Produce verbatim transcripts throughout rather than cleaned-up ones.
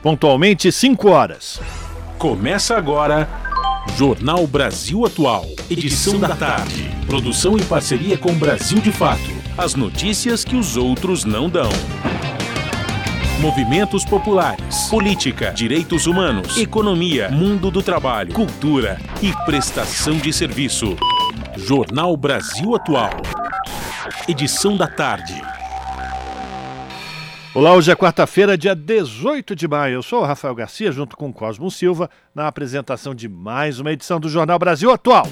Pontualmente cinco horas. Começa agora Jornal Brasil Atual, edição da tarde. Produção em parceria com Brasil de Fato. As notícias que os outros não dão. Movimentos populares, política, direitos humanos, economia, mundo do trabalho, cultura e prestação de serviço. Jornal Brasil Atual, edição da tarde. Olá, hoje é quarta-feira, dia dezoito de maio. Eu sou o Rafael Garcia, junto com Cosmo Silva, na apresentação de mais uma edição do Jornal Brasil Atual.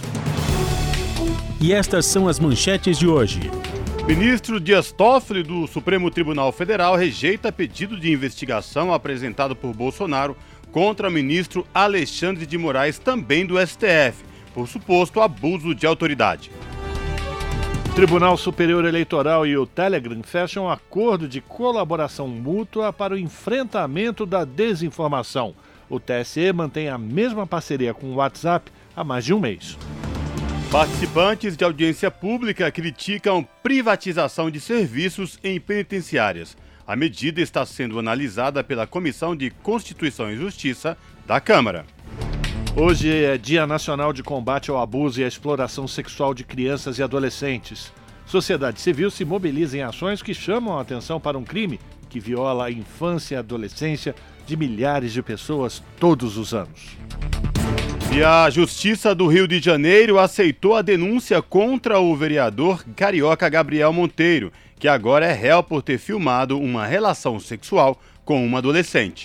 E estas são as manchetes de hoje. Ministro Dias Toffoli, do Supremo Tribunal Federal, rejeita pedido de investigação apresentado por Bolsonaro contra o ministro Alexandre de Moraes, também do S T F, por suposto abuso de autoridade. O Tribunal Superior Eleitoral e o Telegram fecham um acordo de colaboração mútua para o enfrentamento da desinformação. O T S E mantém a mesma parceria com o WhatsApp há mais de um mês. Participantes de audiência pública criticam privatização de serviços em penitenciárias. A medida está sendo analisada pela Comissão de Constituição e Justiça da Câmara. Hoje é Dia Nacional de Combate ao Abuso e à Exploração Sexual de Crianças e Adolescentes. Sociedade civil se mobiliza em ações que chamam a atenção para um crime que viola a infância e a adolescência de milhares de pessoas todos os anos. E a Justiça do Rio de Janeiro aceitou a denúncia contra o vereador carioca Gabriel Monteiro, que agora é réu por ter filmado uma relação sexual com uma adolescente.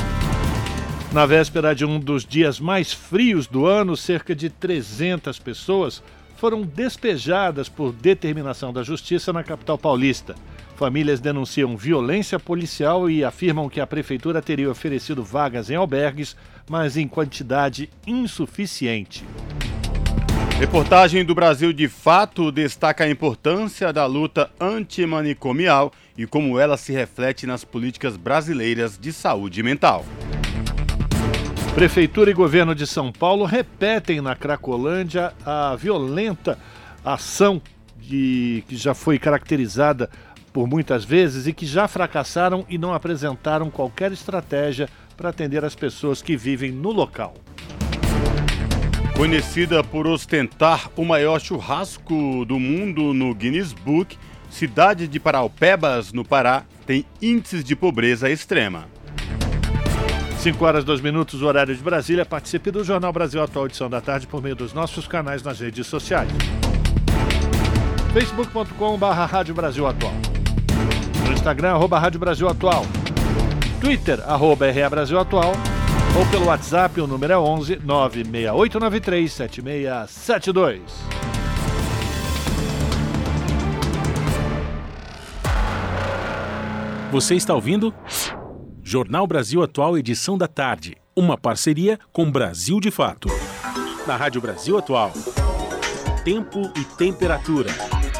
Na véspera de um dos dias mais frios do ano, cerca de trezentas pessoas foram despejadas por determinação da Justiça na capital paulista. Famílias denunciam violência policial e afirmam que a prefeitura teria oferecido vagas em albergues, mas em quantidade insuficiente. Reportagem do Brasil de Fato destaca a importância da luta antimanicomial e como ela se reflete nas políticas brasileiras de saúde mental. Prefeitura e governo de São Paulo repetem na Cracolândia a violenta ação de, que já foi caracterizada por muitas vezes e que já fracassaram e não apresentaram qualquer estratégia para atender as pessoas que vivem no local. Conhecida por ostentar o maior churrasco do mundo no Guinness Book, cidade de Paraupebas, no Pará, tem índices de pobreza extrema. cinco horas, dois minutos, o horário de Brasília. Participe do Jornal Brasil Atual, edição da tarde, por meio dos nossos canais nas redes sociais. facebook ponto com barra Rádio Brasil Atual. No Instagram, arroba Rádio Brasil Atual. Twitter, arroba R A Brasil Atual. Ou pelo WhatsApp, o número é onze nove seis oito nove três sete seis sete dois. Você está ouvindo? Jornal Brasil Atual, edição da tarde. Uma parceria com Brasil de Fato. Na Rádio Brasil Atual. Tempo e temperatura.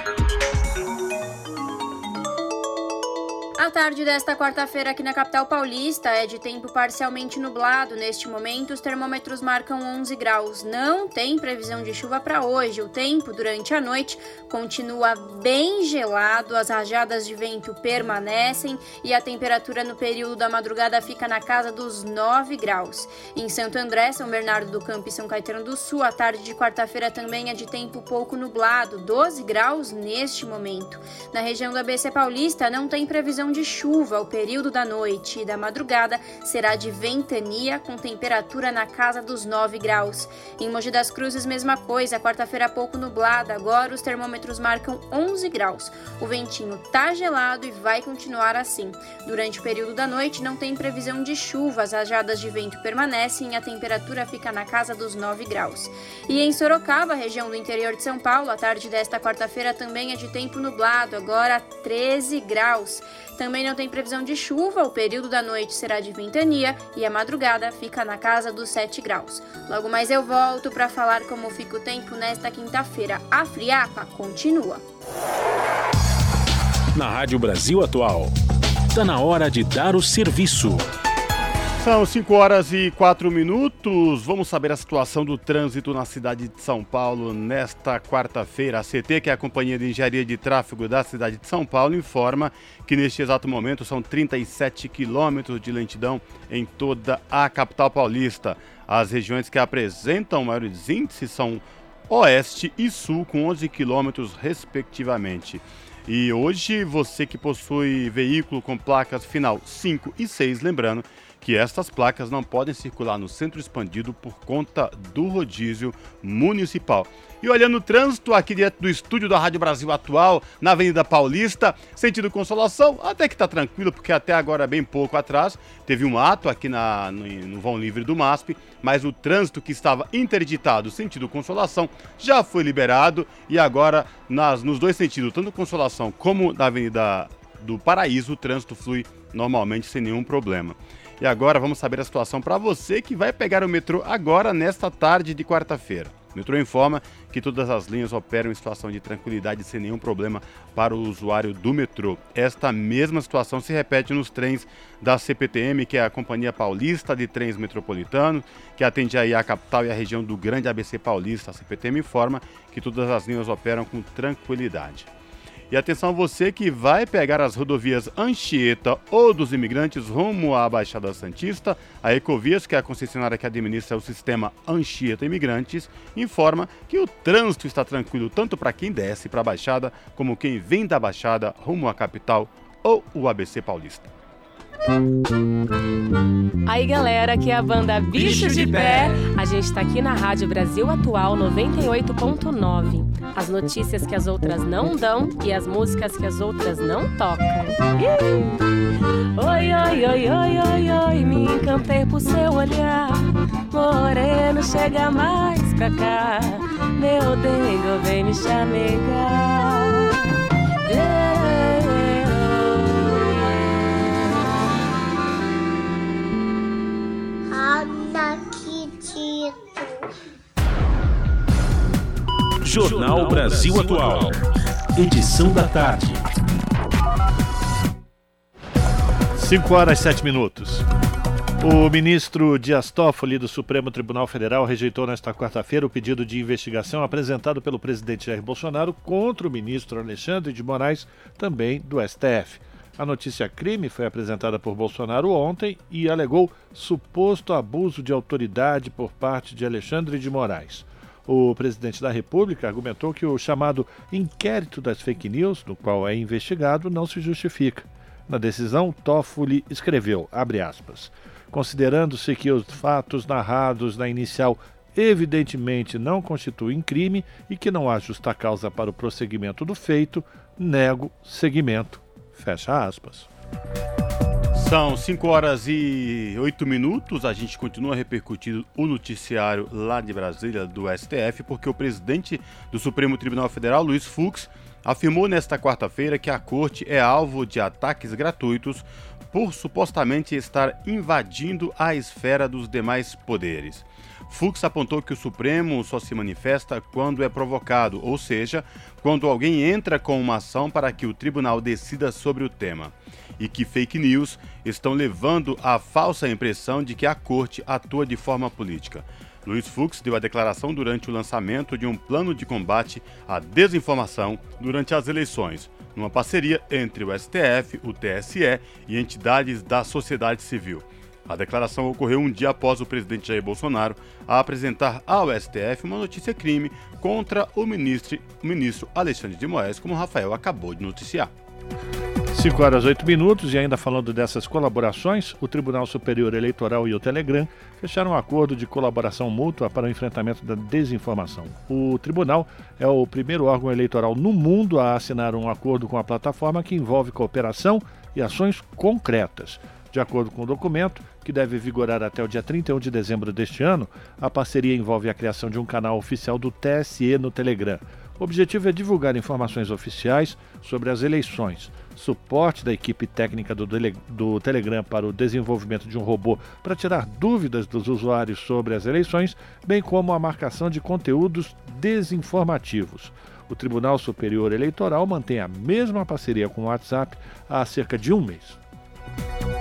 A tarde desta quarta-feira aqui na capital paulista é de tempo parcialmente nublado. Neste momento, os termômetros marcam onze graus. Não tem previsão de chuva para hoje. O tempo durante a noite continua bem gelado, as rajadas de vento permanecem e a temperatura no período da madrugada fica na casa dos nove graus. Em Santo André, São Bernardo do Campo e São Caetano do Sul, a tarde de quarta-feira também é de tempo pouco nublado, doze graus neste momento. Na região do A B C Paulista não tem previsão de chuva. O período da noite e da madrugada será de ventania, com temperatura na casa dos nove graus. Em Mogi das Cruzes, mesma coisa, quarta-feira pouco nublada, agora os termômetros marcam onze graus. O ventinho tá gelado e vai continuar assim. Durante o período da noite não tem previsão de chuva, as rajadas de vento permanecem e a temperatura fica na casa dos nove graus. E em Sorocaba, região do interior de São Paulo, a tarde desta quarta-feira também é de tempo nublado, agora treze graus. Também não tem previsão de chuva, o período da noite será de ventania e a madrugada fica na casa dos sete graus. Logo mais eu volto para falar como fica o tempo nesta quinta-feira. A friaca continua. Na Rádio Brasil Atual, está na hora de dar o serviço. São cinco horas e quatro minutos. Vamos saber a situação do trânsito na cidade de São Paulo nesta quarta-feira. A C T, que é a Companhia de Engenharia de Tráfego da cidade de São Paulo, informa que neste exato momento são trinta e sete quilômetros de lentidão em toda a capital paulista. As regiões que apresentam maiores índices são Oeste e Sul, com onze quilômetros respectivamente. E hoje, você que possui veículo com placas final cinco e seis, lembrando que estas placas não podem circular no centro expandido por conta do rodízio municipal. E olhando o trânsito aqui direto do estúdio da Rádio Brasil Atual, na Avenida Paulista, sentido Consolação, até que está tranquilo, porque até agora, bem pouco atrás, teve um ato aqui na, no, no vão livre do M A S P, mas o trânsito que estava interditado, sentido Consolação, já foi liberado e agora, nas, nos dois sentidos, tanto Consolação como na Avenida do Paraíso, o trânsito flui normalmente sem nenhum problema. E agora vamos saber a situação para você que vai pegar o metrô agora nesta tarde de quarta-feira. O metrô informa que todas as linhas operam em situação de tranquilidade sem nenhum problema para o usuário do metrô. Esta mesma situação se repete nos trens da C P T M, que é a Companhia Paulista de Trens Metropolitanos, que atende aí a capital e a região do Grande A B C Paulista. A C P T M informa que todas as linhas operam com tranquilidade. E atenção você que vai pegar as rodovias Anchieta ou dos Imigrantes rumo à Baixada Santista, a Ecovias, que é a concessionária que administra o sistema Anchieta Imigrantes, informa que o trânsito está tranquilo tanto para quem desce para a Baixada como quem vem da Baixada rumo à capital ou o A B C Paulista. Aí galera, aqui é a banda Bicho de Pé. A gente tá aqui na Rádio Brasil Atual noventa e oito ponto nove. As notícias que as outras não dão e as músicas que as outras não tocam. Oi, oi, oi, oi, oi, oi, me encantei por seu olhar. Moreno, chega mais pra cá. Meu dengo, vem me chamegar. Jornal Brasil Atual. Edição da tarde. cinco horas e sete minutos. O ministro Dias Toffoli do Supremo Tribunal Federal rejeitou nesta quarta-feira o pedido de investigação apresentado pelo presidente Jair Bolsonaro contra o ministro Alexandre de Moraes, também do S T F. A notícia crime foi apresentada por Bolsonaro ontem e alegou suposto abuso de autoridade por parte de Alexandre de Moraes. O presidente da República argumentou que o chamado inquérito das fake news, no qual é investigado, não se justifica. Na decisão, Toffoli escreveu, abre aspas, considerando-se que os fatos narrados na inicial evidentemente não constituem crime e que não há justa causa para o prosseguimento do feito, nego seguimento. Fecha aspas. São cinco horas e oito minutos, a gente continua repercutindo o noticiário lá de Brasília do S T F, porque o presidente do Supremo Tribunal Federal, Luiz Fux, afirmou nesta quarta-feira que a corte é alvo de ataques gratuitos por supostamente estar invadindo a esfera dos demais poderes. Fux apontou que o Supremo só se manifesta quando é provocado, ou seja, quando alguém entra com uma ação para que o tribunal decida sobre o tema, e que fake news estão levando à falsa impressão de que a corte atua de forma política. Luiz Fux deu a declaração durante o lançamento de um plano de combate à desinformação durante as eleições, numa parceria entre o S T F, o T S E e entidades da sociedade civil. A declaração ocorreu um dia após o presidente Jair Bolsonaro apresentar ao S T F uma notícia crime contra o ministro, o ministro Alexandre de Moraes, como o Rafael acabou de noticiar. cinco horas e oito minutos, e ainda falando dessas colaborações, o Tribunal Superior Eleitoral e o Telegram fecharam um acordo de colaboração mútua para o enfrentamento da desinformação. O tribunal é o primeiro órgão eleitoral no mundo a assinar um acordo com a plataforma que envolve cooperação e ações concretas. De acordo com o documento, que deve vigorar até o dia trinta e um de dezembro deste ano, a parceria envolve a criação de um canal oficial do T S E no Telegram. O objetivo é divulgar informações oficiais sobre as eleições, suporte da equipe técnica do, dele, do Telegram para o desenvolvimento de um robô para tirar dúvidas dos usuários sobre as eleições, bem como a marcação de conteúdos desinformativos. O Tribunal Superior Eleitoral mantém a mesma parceria com o WhatsApp há cerca de um mês.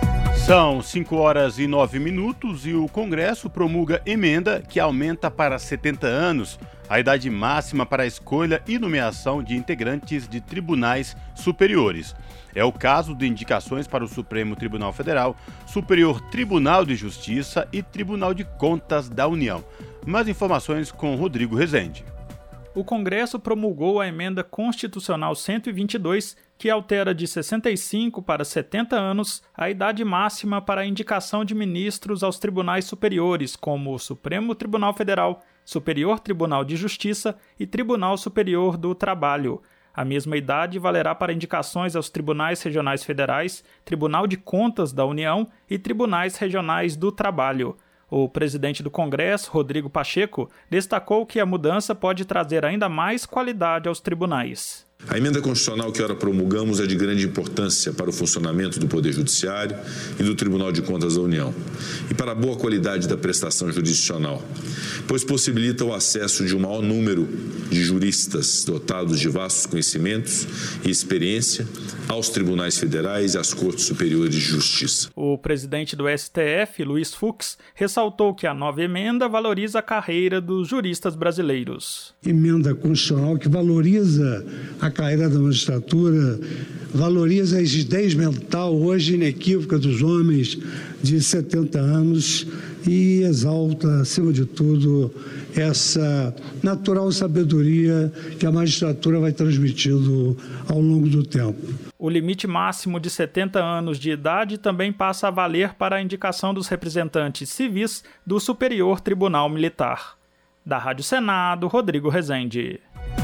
São cinco horas e nove minutos e o Congresso promulga emenda que aumenta para setenta anos a idade máxima para a escolha e nomeação de integrantes de tribunais superiores. É o caso de indicações para o Supremo Tribunal Federal, Superior Tribunal de Justiça e Tribunal de Contas da União. Mais informações com Rodrigo Rezende. O Congresso promulgou a Emenda Constitucional cento e vinte e dois, que altera de sessenta e cinco para setenta anos a idade máxima para a indicação de ministros aos tribunais superiores, como o Supremo Tribunal Federal, Superior Tribunal de Justiça e Tribunal Superior do Trabalho. A mesma idade valerá para indicações aos tribunais regionais federais, Tribunal de Contas da União e tribunais regionais do trabalho. O presidente do Congresso, Rodrigo Pacheco, destacou que a mudança pode trazer ainda mais qualidade aos tribunais. A emenda constitucional que ora promulgamos é de grande importância para o funcionamento do Poder Judiciário e do Tribunal de Contas da União e para a boa qualidade da prestação jurisdicional, pois possibilita o acesso de um maior número de juristas dotados de vastos conhecimentos e experiência aos tribunais federais e às Cortes Superiores de Justiça. O presidente do S T F, Luiz Fux, ressaltou que a nova emenda valoriza a carreira dos juristas brasileiros. Emenda constitucional que valoriza a carreira da magistratura, valoriza a rigidez mental hoje inequívoca dos homens de setenta anos e exalta, acima de tudo, essa natural sabedoria que a magistratura vai transmitindo ao longo do tempo. O limite máximo de setenta anos de idade também passa a valer para a indicação dos representantes civis do Superior Tribunal Militar. Da Rádio Senado, Rodrigo Rezende.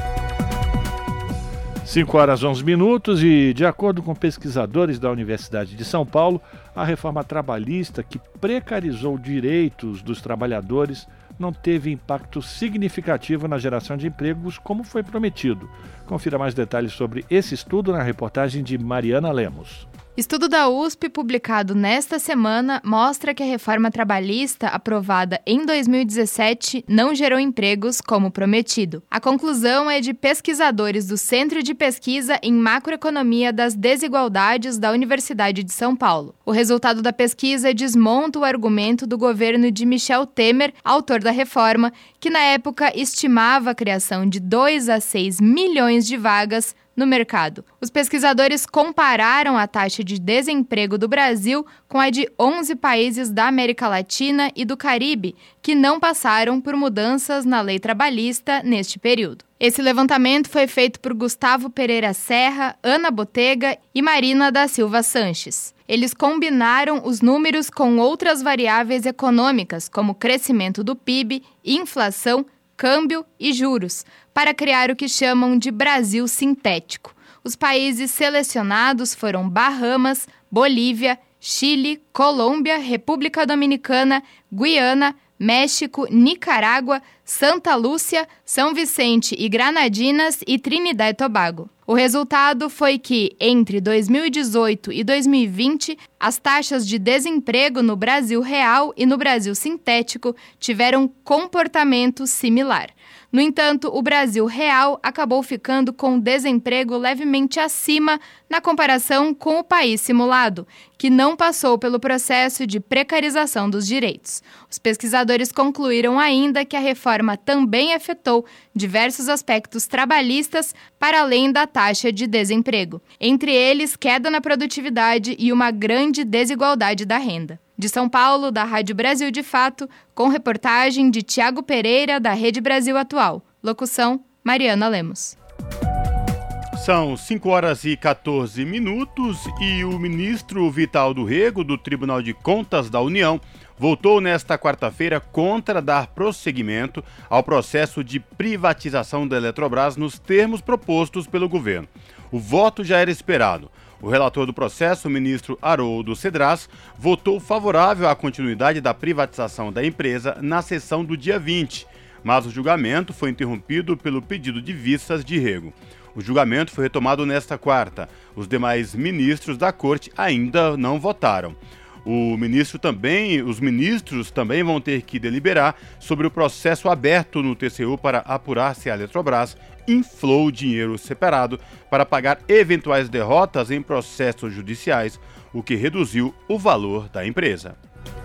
cinco horas e onze minutos e, de acordo com pesquisadores da Universidade de São Paulo, a reforma trabalhista que precarizou direitos dos trabalhadores não teve impacto significativo na geração de empregos como foi prometido. Confira mais detalhes sobre esse estudo na reportagem de Mariana Lemos. Estudo da U S P publicado nesta semana mostra que a reforma trabalhista aprovada em dois mil e dezessete não gerou empregos como prometido. A conclusão é de pesquisadores do Centro de Pesquisa em Macroeconomia das Desigualdades da Universidade de São Paulo. O resultado da pesquisa desmonta o argumento do governo de Michel Temer, autor da reforma, que na época estimava a criação de dois a seis milhões de vagas no mercado. Os pesquisadores compararam a taxa de desemprego do Brasil com a de onze países da América Latina e do Caribe, que não passaram por mudanças na lei trabalhista neste período. Esse levantamento foi feito por Gustavo Pereira Serra, Ana Botega e Marina da Silva Sanches. Eles combinaram os números com outras variáveis econômicas, como crescimento do P I B, inflação, câmbio e juros, para criar o que chamam de Brasil sintético. Os países selecionados foram Bahamas, Bolívia, Chile, Colômbia, República Dominicana, Guiana, México, Nicarágua, Santa Lúcia, São Vicente e Granadinas e Trinidad e Tobago. O resultado foi que, entre dois mil e dezoito e dois mil e vinte, as taxas de desemprego no Brasil real e no Brasil sintético tiveram comportamento similar. No entanto, o Brasil real acabou ficando com desemprego levemente acima na comparação com o país simulado, que não passou pelo processo de precarização dos direitos. Os pesquisadores concluíram ainda que a reforma também afetou diversos aspectos trabalhistas para além da taxa de desemprego, entre eles queda na produtividade e uma grande desigualdade da renda. De São Paulo, da Rádio Brasil de Fato, com reportagem de Tiago Pereira, da Rede Brasil Atual. Locução, Mariana Lemos. São cinco horas e quatorze minutos e o ministro Vital do Rego, do Tribunal de Contas da União, votou nesta quarta-feira contra dar prosseguimento ao processo de privatização da Eletrobras nos termos propostos pelo governo. O voto já era esperado. O relator do processo, o ministro Haroldo Cedras, votou favorável à continuidade da privatização da empresa na sessão do dia vinte, mas o julgamento foi interrompido pelo pedido de vistas de Rego. O julgamento foi retomado nesta quarta. Os demais ministros da corte ainda não votaram. O ministro também, os ministros também vão ter que deliberar sobre o processo aberto no T C U para apurar se a Eletrobras inflou dinheiro separado para pagar eventuais derrotas em processos judiciais o que reduziu o valor da empresa.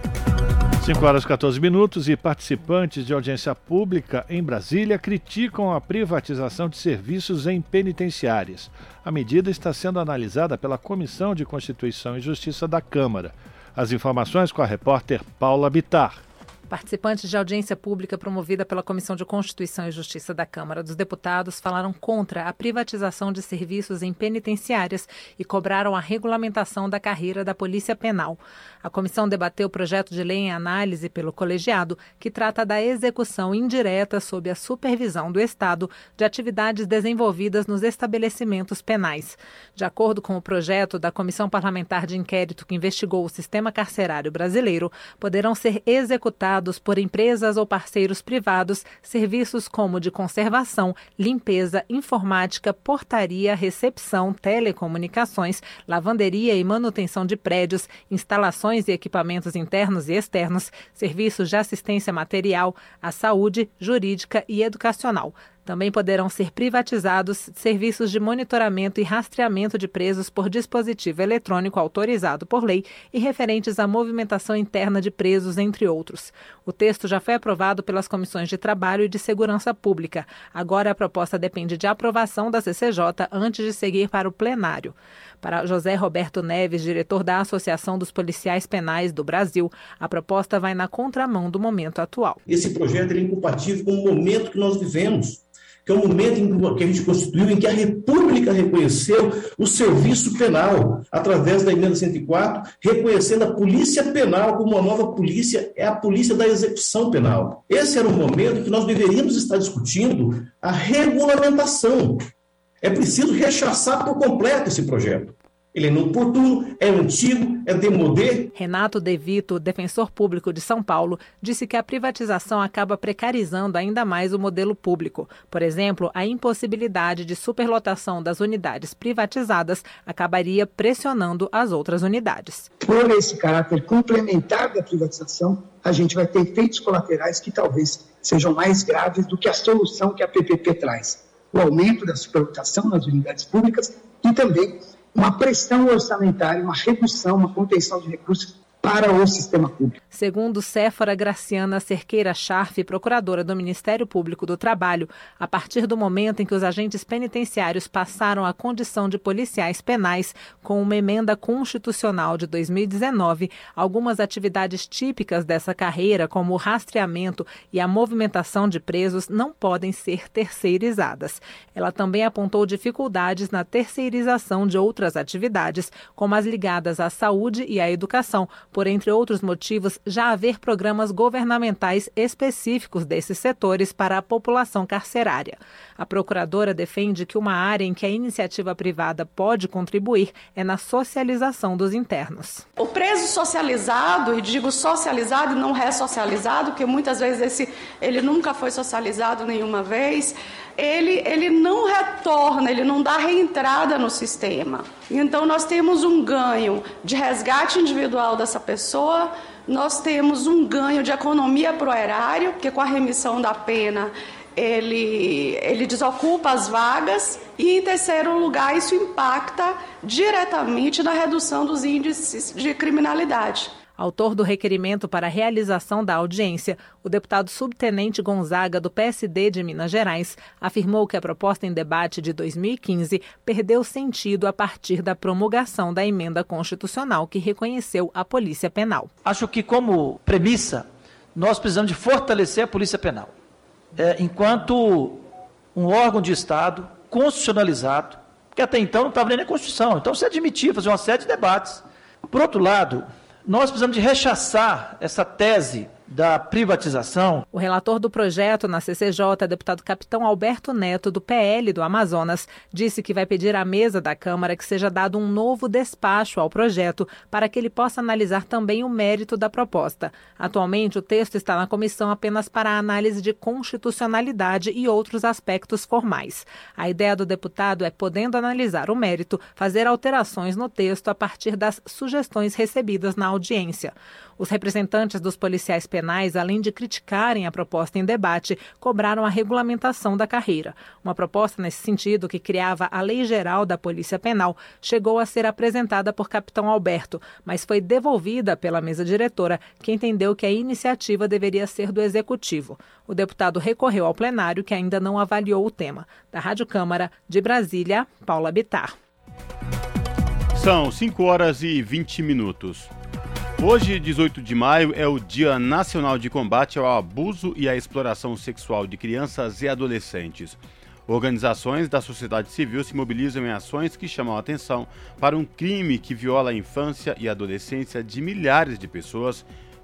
cinco horas e quatorze minutos e participantes de audiência pública em Brasília criticam a privatização de serviços em penitenciárias. A medida está sendo analisada pela Comissão de Constituição e Justiça da Câmara. As informações com a repórter Paula Bittar. Participantes de audiência pública promovida pela Comissão de Constituição e Justiça da Câmara dos Deputados falaram contra a privatização de serviços em penitenciárias e cobraram a regulamentação da carreira da Polícia Penal. A comissão debateu o projeto de lei em análise pelo colegiado, que trata da execução indireta sob a supervisão do Estado de atividades desenvolvidas nos estabelecimentos penais. De acordo com o projeto da Comissão Parlamentar de Inquérito que investigou o sistema carcerário brasileiro, poderão ser executados por empresas ou parceiros privados, serviços como de conservação, limpeza, informática, portaria, recepção, telecomunicações, lavanderia e manutenção de prédios, instalações e equipamentos internos e externos, serviços de assistência material, à saúde, jurídica e educacional. Também poderão ser privatizados serviços de monitoramento e rastreamento de presos por dispositivo eletrônico autorizado por lei e referentes à movimentação interna de presos, entre outros. O texto já foi aprovado pelas Comissões de Trabalho e de Segurança Pública. Agora a proposta depende de aprovação da C C J antes de seguir para o plenário. Para José Roberto Neves, diretor da Associação dos Policiais Penais do Brasil, a proposta vai na contramão do momento atual. Esse projeto é incompatível com o momento que nós vivemos, que é o momento em que a gente constituiu, em que a República reconheceu o serviço penal, através da emenda cento e quatro, reconhecendo a polícia penal como uma nova polícia, é a polícia da execução penal. Esse era o momento que nós deveríamos estar discutindo a regulamentação. É preciso rechaçar por completo esse projeto. Ele é inoportuno, é antigo, é demodé. Renato De Vito, defensor público de São Paulo, disse que a privatização acaba precarizando ainda mais o modelo público. Por exemplo, a impossibilidade de superlotação das unidades privatizadas acabaria pressionando as outras unidades. Por esse caráter complementar da privatização, a gente vai ter efeitos colaterais que talvez sejam mais graves do que a solução que a P P P traz. O aumento da superlotação nas unidades públicas e também uma pressão orçamentária, uma redução, uma contenção de recursos para o sistema público. Segundo Séfora Graciana Cerqueira Scharf, procuradora do Ministério Público do Trabalho, a partir do momento em que os agentes penitenciários passaram à condição de policiais penais, com uma emenda constitucional de dois mil e dezenove, algumas atividades típicas dessa carreira, como o rastreamento e a movimentação de presos, não podem ser terceirizadas. Ela também apontou dificuldades na terceirização de outras atividades, como as ligadas à saúde e à educação, por, entre outros motivos, já haver programas governamentais específicos desses setores para a população carcerária. A procuradora defende que uma área em que a iniciativa privada pode contribuir é na socialização dos internos. O preso socializado, e digo socializado e não ressocializado, porque muitas vezes esse, ele nunca foi socializado nenhuma vez, ele, ele não retorna, ele não dá reentrada no sistema. Então nós temos um ganho de resgate individual dessa pessoa, nós temos um ganho de economia pro erário, porque com a remissão da pena ele, ele desocupa as vagas, e em terceiro lugar isso impacta diretamente na redução dos índices de criminalidade. Autor do requerimento para a realização da audiência, o deputado subtenente Gonzaga, do P S D de Minas Gerais, afirmou que a proposta em debate de dois mil e quinze perdeu sentido a partir da promulgação da emenda constitucional que reconheceu a Polícia Penal. Acho que, como premissa, nós precisamos de fortalecer a Polícia Penal, é, enquanto um órgão de Estado constitucionalizado, que até então não estava nem na Constituição. Então, se admitir, fazer uma série de debates. Por outro lado, nós precisamos de rechaçar essa tese da privatização. O relator do projeto na C C J, deputado Capitão Alberto Neto, do P L do Amazonas, disse que vai pedir à mesa da Câmara que seja dado um novo despacho ao projeto para que ele possa analisar também o mérito da proposta. Atualmente, o texto está na comissão apenas para a análise de constitucionalidade e outros aspectos formais. A ideia do deputado é, podendo analisar o mérito, fazer alterações no texto a partir das sugestões recebidas na audiência. Os representantes dos policiais penais penais, além de criticarem a proposta em debate, cobraram a regulamentação da carreira. Uma proposta nesse sentido, que criava a Lei Geral da Polícia Penal, chegou a ser apresentada por Capitão Alberto, mas foi devolvida pela mesa diretora, que entendeu que a iniciativa deveria ser do Executivo. O deputado recorreu ao plenário, que ainda não avaliou o tema. Da Rádio Câmara, de Brasília, Paula Bittar. São cinco horas e vinte minutos. Hoje, dezoito de maio, é o Dia Nacional de Combate ao Abuso e à Exploração Sexual de Crianças e Adolescentes. Organizações da sociedade civil se mobilizam em ações que chamam a atenção para um crime que viola a infância e a adolescência de milhares de pessoas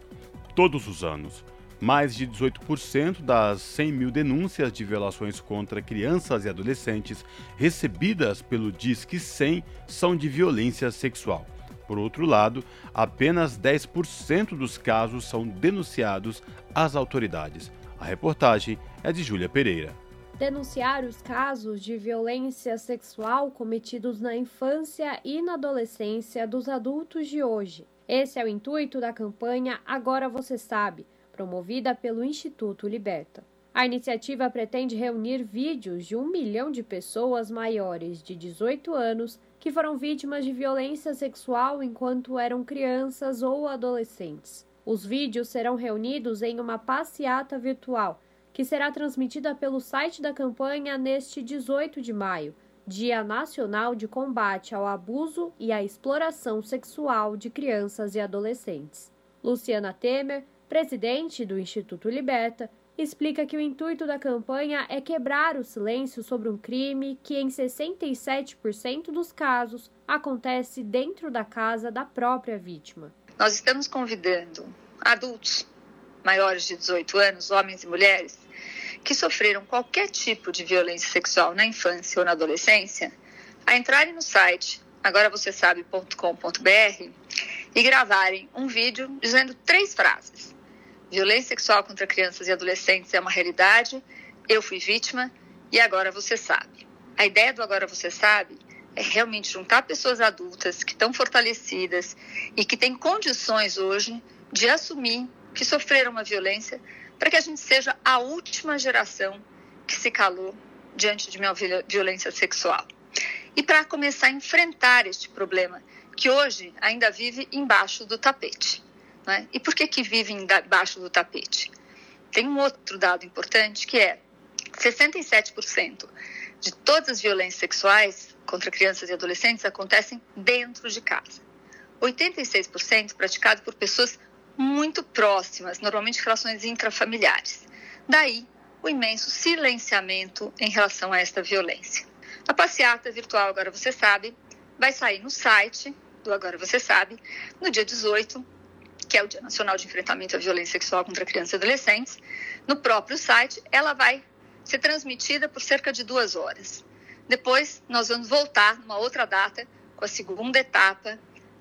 todos os anos. Mais de dezoito por cento das cem mil denúncias de violações contra crianças e adolescentes recebidas pelo Disque cem são de violência sexual. Por outro lado, apenas dez por cento dos casos são denunciados às autoridades. A reportagem é de Júlia Pereira. Denunciar os casos de violência sexual cometidos na infância e na adolescência dos adultos de hoje. Esse é o intuito da campanha Agora Você Sabe, promovida pelo Instituto Liberta. A iniciativa pretende reunir vídeos de um milhão de pessoas maiores de dezoito anos que foram vítimas de violência sexual enquanto eram crianças ou adolescentes. Os vídeos serão reunidos em uma passeata virtual, que será transmitida pelo site da campanha neste dezoito de maio, Dia Nacional de Combate ao Abuso e à Exploração Sexual de Crianças e Adolescentes. Luciana Temer, presidente do Instituto Liberta, explica que o intuito da campanha é quebrar o silêncio sobre um crime que, em sessenta e sete por cento dos casos, acontece dentro da casa da própria vítima. Nós estamos convidando adultos maiores de dezoito anos, homens e mulheres, que sofreram qualquer tipo de violência sexual na infância ou na adolescência, a entrarem no site agora você sabe ponto com ponto b r e gravarem um vídeo dizendo três frases. Violência sexual contra crianças e adolescentes é uma realidade, eu fui vítima e agora você sabe. A ideia do Agora Você Sabe é realmente juntar pessoas adultas que estão fortalecidas e que têm condições hoje de assumir que sofreram uma violência para que a gente seja a última geração que se calou diante de uma violência sexual. E para começar a enfrentar este problema que hoje ainda vive embaixo do tapete. Né? E por que que vive embaixo do tapete? Tem um outro dado importante que é sessenta e sete por cento de todas as violências sexuais contra crianças e adolescentes acontecem dentro de casa. oitenta e seis por cento praticado por pessoas muito próximas, normalmente relações intrafamiliares. Daí, o imenso silenciamento em relação a esta violência. A passeata virtual Agora Você Sabe vai sair no site do Agora Você Sabe no dia dezoito, que é o Dia Nacional de Enfrentamento à Violência Sexual contra Crianças e Adolescentes. No próprio site, ela vai ser transmitida por cerca de duas horas. Depois, nós vamos voltar numa outra data com a segunda etapa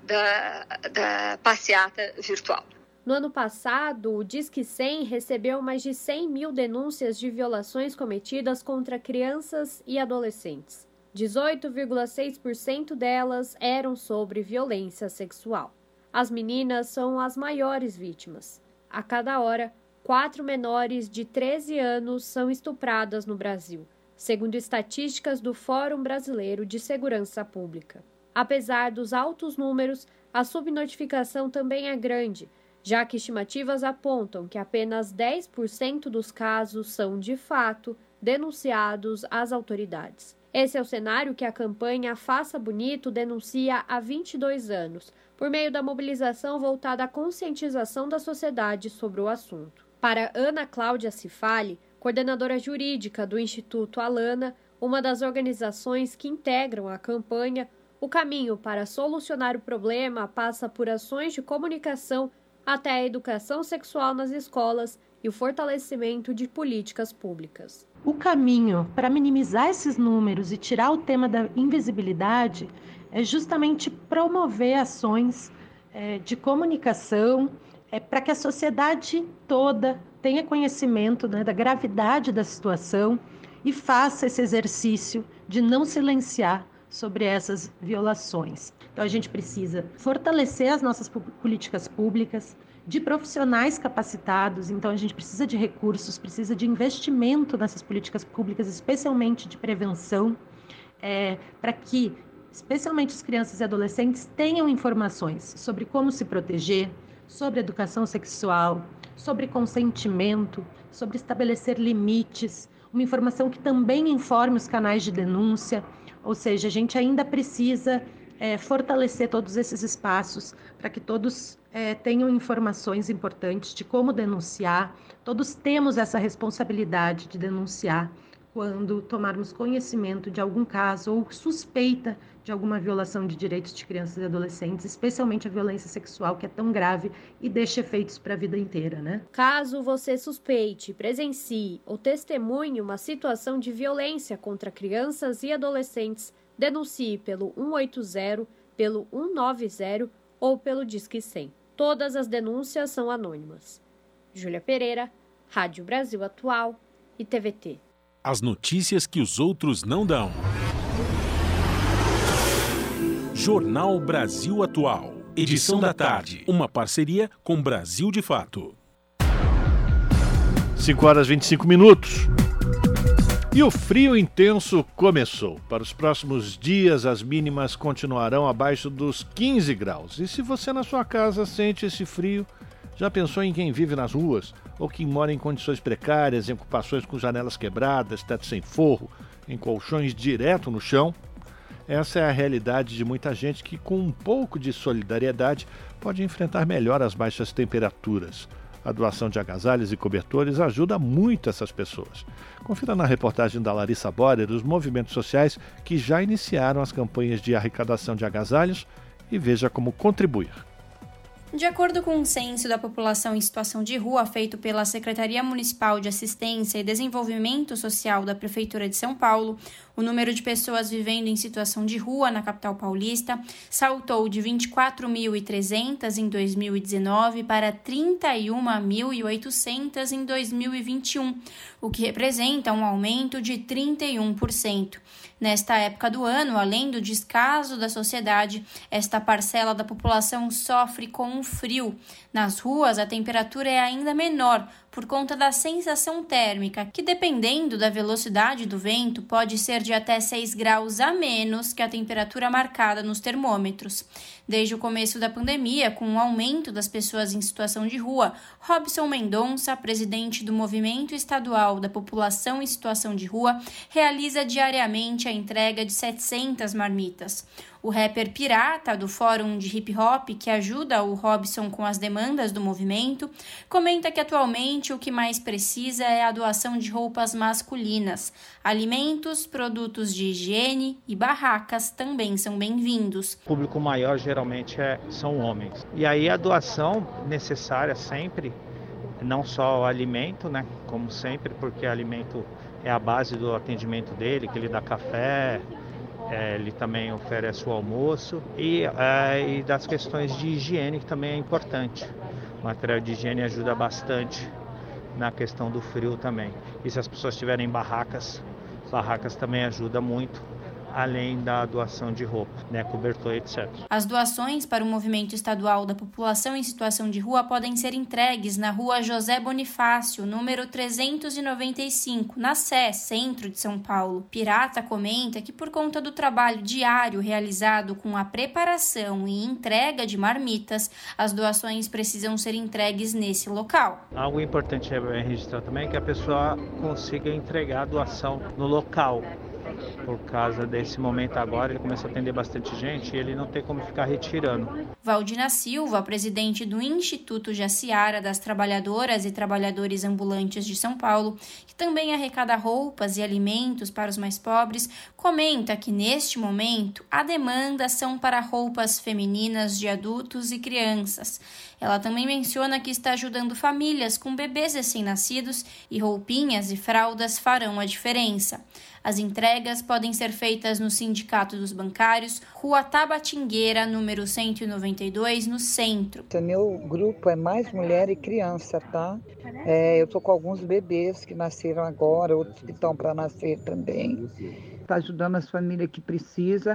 da, da passeata virtual. No ano passado, o Disque cem recebeu mais de cem mil denúncias de violações cometidas contra crianças e adolescentes. dezoito vírgula seis por cento delas eram sobre violência sexual. As meninas são as maiores vítimas. A cada hora, quatro menores de treze anos são estupradas no Brasil, segundo estatísticas do Fórum Brasileiro de Segurança Pública. Apesar dos altos números, a subnotificação também é grande, já que estimativas apontam que apenas dez por cento dos casos são, de fato, denunciados às autoridades. Esse é o cenário que a campanha Faça Bonito denuncia há vinte e dois anos, por meio da mobilização voltada à conscientização da sociedade sobre o assunto. Para Ana Cláudia Cifali, coordenadora jurídica do Instituto Alana, uma das organizações que integram a campanha, o caminho para solucionar o problema passa por ações de comunicação até a educação sexual nas escolas e o fortalecimento de políticas públicas. O caminho para minimizar esses números e tirar o tema da invisibilidade é justamente promover ações é, de comunicação é, para que a sociedade toda tenha conhecimento, né, da gravidade da situação e faça esse exercício de não silenciar sobre essas violações. Então a gente precisa fortalecer as nossas políticas públicas, de profissionais capacitados, então a gente precisa de recursos, precisa de investimento nessas políticas públicas, especialmente de prevenção, é, para que, especialmente as crianças e adolescentes, tenham informações sobre como se proteger, sobre educação sexual, sobre consentimento, sobre estabelecer limites, uma informação que também informe os canais de denúncia, ou seja, a gente ainda precisa é, fortalecer todos esses espaços para que todos é, tenham informações importantes de como denunciar. Todos temos essa responsabilidade de denunciar quando tomarmos conhecimento de algum caso ou suspeita de alguma violação de direitos de crianças e adolescentes, especialmente a violência sexual, que é tão grave e deixa efeitos para a vida inteira, né? Caso você suspeite, presencie ou testemunhe uma situação de violência contra crianças e adolescentes, denuncie pelo um oito zero, pelo um nove zero ou pelo Disque cem. Todas as denúncias são anônimas. Júlia Pereira, Rádio Brasil Atual e T V T. As notícias que os outros não dão. Jornal Brasil Atual. Edição da tarde. Uma parceria com Brasil de Fato. cinco horas e vinte e cinco minutos. E o frio intenso começou. Para os próximos dias, as mínimas continuarão abaixo dos quinze graus. E se você na sua casa sente esse frio, já pensou em quem vive nas ruas? Ou quem mora em condições precárias, em ocupações com janelas quebradas, teto sem forro, em colchões direto no chão? Essa é a realidade de muita gente que, com um pouco de solidariedade, pode enfrentar melhor as baixas temperaturas. A doação de agasalhos e cobertores ajuda muito essas pessoas. Confira na reportagem da Larissa Borer os movimentos sociais que já iniciaram as campanhas de arrecadação de agasalhos e veja como contribuir. De acordo com um censo da população em situação de rua feito pela Secretaria Municipal de Assistência e Desenvolvimento Social da Prefeitura de São Paulo, o número de pessoas vivendo em situação de rua na capital paulista saltou de vinte e quatro mil e trezentas em dois mil e dezenove para trinta e um mil e oitocentas em dois mil e vinte e um, o que representa um aumento de trinta e um por cento. Nesta época do ano, além do descaso da sociedade, esta parcela da população sofre com o frio. Nas ruas, a temperatura é ainda menor por conta da sensação térmica, que dependendo da velocidade do vento, pode ser de até seis graus a menos que a temperatura marcada nos termômetros. Desde o começo da pandemia, com o aumento das pessoas em situação de rua, Robson Mendonça, presidente do Movimento Estadual da População em Situação de Rua, realiza diariamente a entrega de setecentas marmitas. O rapper Pirata, do Fórum de Hip Hop, que ajuda o Robson com as demandas do movimento, comenta que atualmente o que mais precisa é a doação de roupas masculinas. Alimentos, produtos de higiene e barracas também são bem-vindos. O público maior geralmente é, são homens. E aí a doação necessária sempre, não só o alimento, né, como sempre, porque alimento é a base do atendimento dele, que ele dá café, É, ele também oferece o almoço e, é, e das questões de higiene, que também é importante. O material de higiene ajuda bastante na questão do frio também. E se as pessoas tiverem barracas, barracas também ajuda muito, além da doação de roupa, né, cobertor, etcétera. As doações para o Movimento Estadual da População em Situação de Rua podem ser entregues na rua José Bonifácio, número trezentos e noventa e cinco, na Sé, centro de São Paulo. Pirata comenta que por conta do trabalho diário realizado com a preparação e entrega de marmitas, as doações precisam ser entregues nesse local. Algo importante é registrar também que a pessoa consiga entregar a doação no local. Por causa desse momento agora, ele começa a atender bastante gente e ele não tem como ficar retirando. Valdina Silva, presidente do Instituto Jaciara das Trabalhadoras e Trabalhadores Ambulantes de São Paulo, que também arrecada roupas e alimentos para os mais pobres, comenta que neste momento a demanda são para roupas femininas de adultos e crianças. Ela também menciona que está ajudando famílias com bebês recém-nascidos e roupinhas e fraldas farão a diferença. As entregas podem ser feitas no Sindicato dos Bancários, Rua Tabatingueira, número cento e noventa e dois, no centro. O meu grupo é mais mulher e criança, tá? É, eu tô com alguns bebês que nasceram agora, outros que estão para nascer também. Está ajudando as famílias que precisam.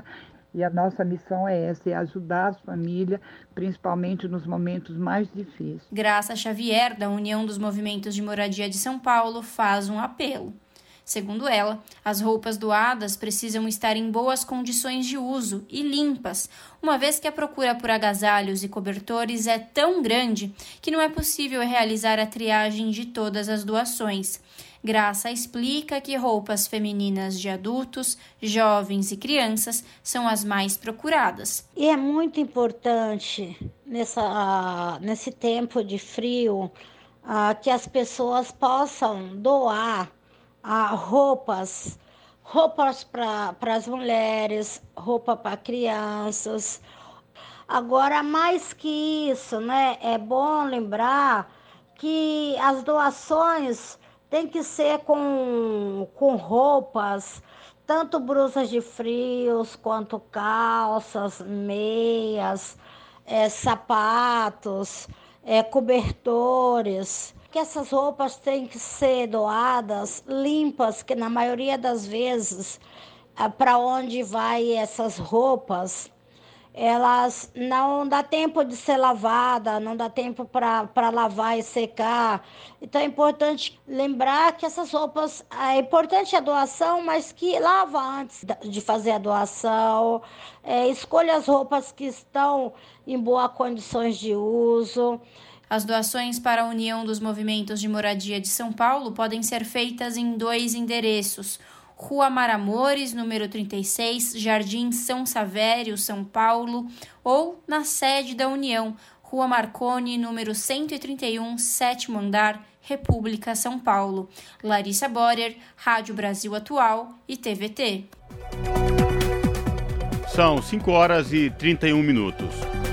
E a nossa missão é essa, é ajudar as famílias, principalmente nos momentos mais difíceis. Graça Xavier, da União dos Movimentos de Moradia de São Paulo, faz um apelo. Segundo ela, as roupas doadas precisam estar em boas condições de uso e limpas, uma vez que a procura por agasalhos e cobertores é tão grande que não é possível realizar a triagem de todas as doações. Graça explica que roupas femininas de adultos, jovens e crianças são as mais procuradas. E é muito importante nessa, nesse tempo de frio uh, que as pessoas possam doar Ah, roupas, roupas para as mulheres, roupa para crianças. Agora, mais que isso, né, é bom lembrar que as doações têm que ser com, com roupas, tanto blusas de frios, quanto calças, meias, é, sapatos, é, cobertores. Que essas roupas têm que ser doadas, limpas, que na maioria das vezes, para onde vai essas roupas, elas não dá tempo de ser lavada, não dá tempo para lavar e secar. Então é importante lembrar que essas roupas, é importante a doação, mas que lava antes de fazer a doação, é, escolha as roupas que estão em boas condições de uso. As doações para a União dos Movimentos de Moradia de São Paulo podem ser feitas em dois endereços: Rua Maramores, número trinta e seis, Jardim São Savério, São Paulo, ou na sede da União, Rua Marconi, número cento e trinta e um, sétimo andar, República, São Paulo. Larissa Borer, Rádio Brasil Atual e T V T. São cinco horas e trinta e um minutos.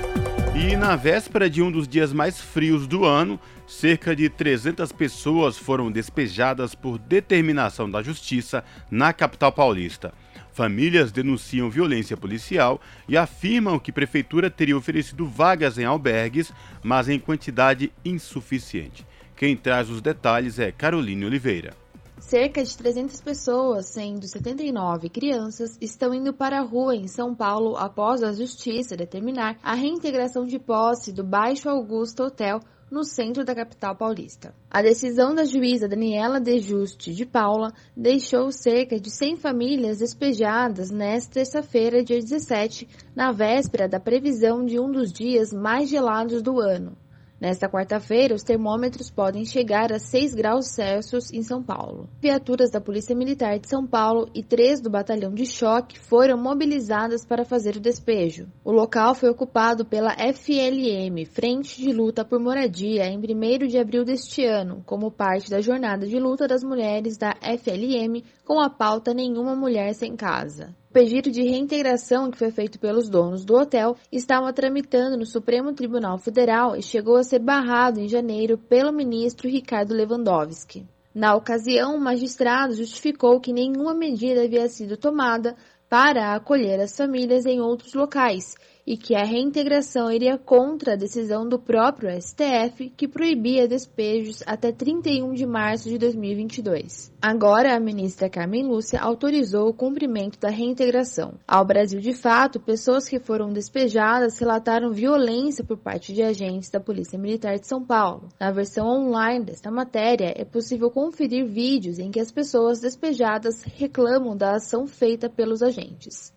E na véspera de um dos dias mais frios do ano, cerca de trezentas pessoas foram despejadas por determinação da Justiça na capital paulista. Famílias denunciam violência policial e afirmam que a prefeitura teria oferecido vagas em albergues, mas em quantidade insuficiente. Quem traz os detalhes é Caroline Oliveira. Cerca de trezentas pessoas, sendo setenta e nove crianças, estão indo para a rua em São Paulo após a Justiça determinar a reintegração de posse do Baixo Augusta Hotel no centro da capital paulista. A decisão da juíza Daniela De Juste de Paula deixou cerca de cem famílias despejadas nesta terça-feira, dia dezessete, na véspera da previsão de um dos dias mais gelados do ano. Nesta quarta-feira, os termômetros podem chegar a seis graus Celsius em São Paulo. Viaturas da Polícia Militar de São Paulo e três do Batalhão de Choque foram mobilizadas para fazer o despejo. O local foi ocupado pela F L M, Frente de Luta por Moradia, em primeiro de abril deste ano, como parte da jornada de luta das mulheres da F L M com a pauta Nenhuma Mulher Sem Casa. O pedido de reintegração que foi feito pelos donos do hotel estava tramitando no Supremo Tribunal Federal e chegou a ser barrado em janeiro pelo ministro Ricardo Lewandowski. Na ocasião, o magistrado justificou que nenhuma medida havia sido tomada para acolher as famílias em outros locais e que a reintegração iria contra a decisão do próprio S T F, que proibia despejos até trinta e um de março de dois mil e vinte e dois. Agora, a ministra Carmen Lúcia autorizou o cumprimento da reintegração. Ao Brasil de Fato, pessoas que foram despejadas relataram violência por parte de agentes da Polícia Militar de São Paulo. Na versão online desta matéria, é possível conferir vídeos em que as pessoas despejadas reclamam da ação feita pelos agentes.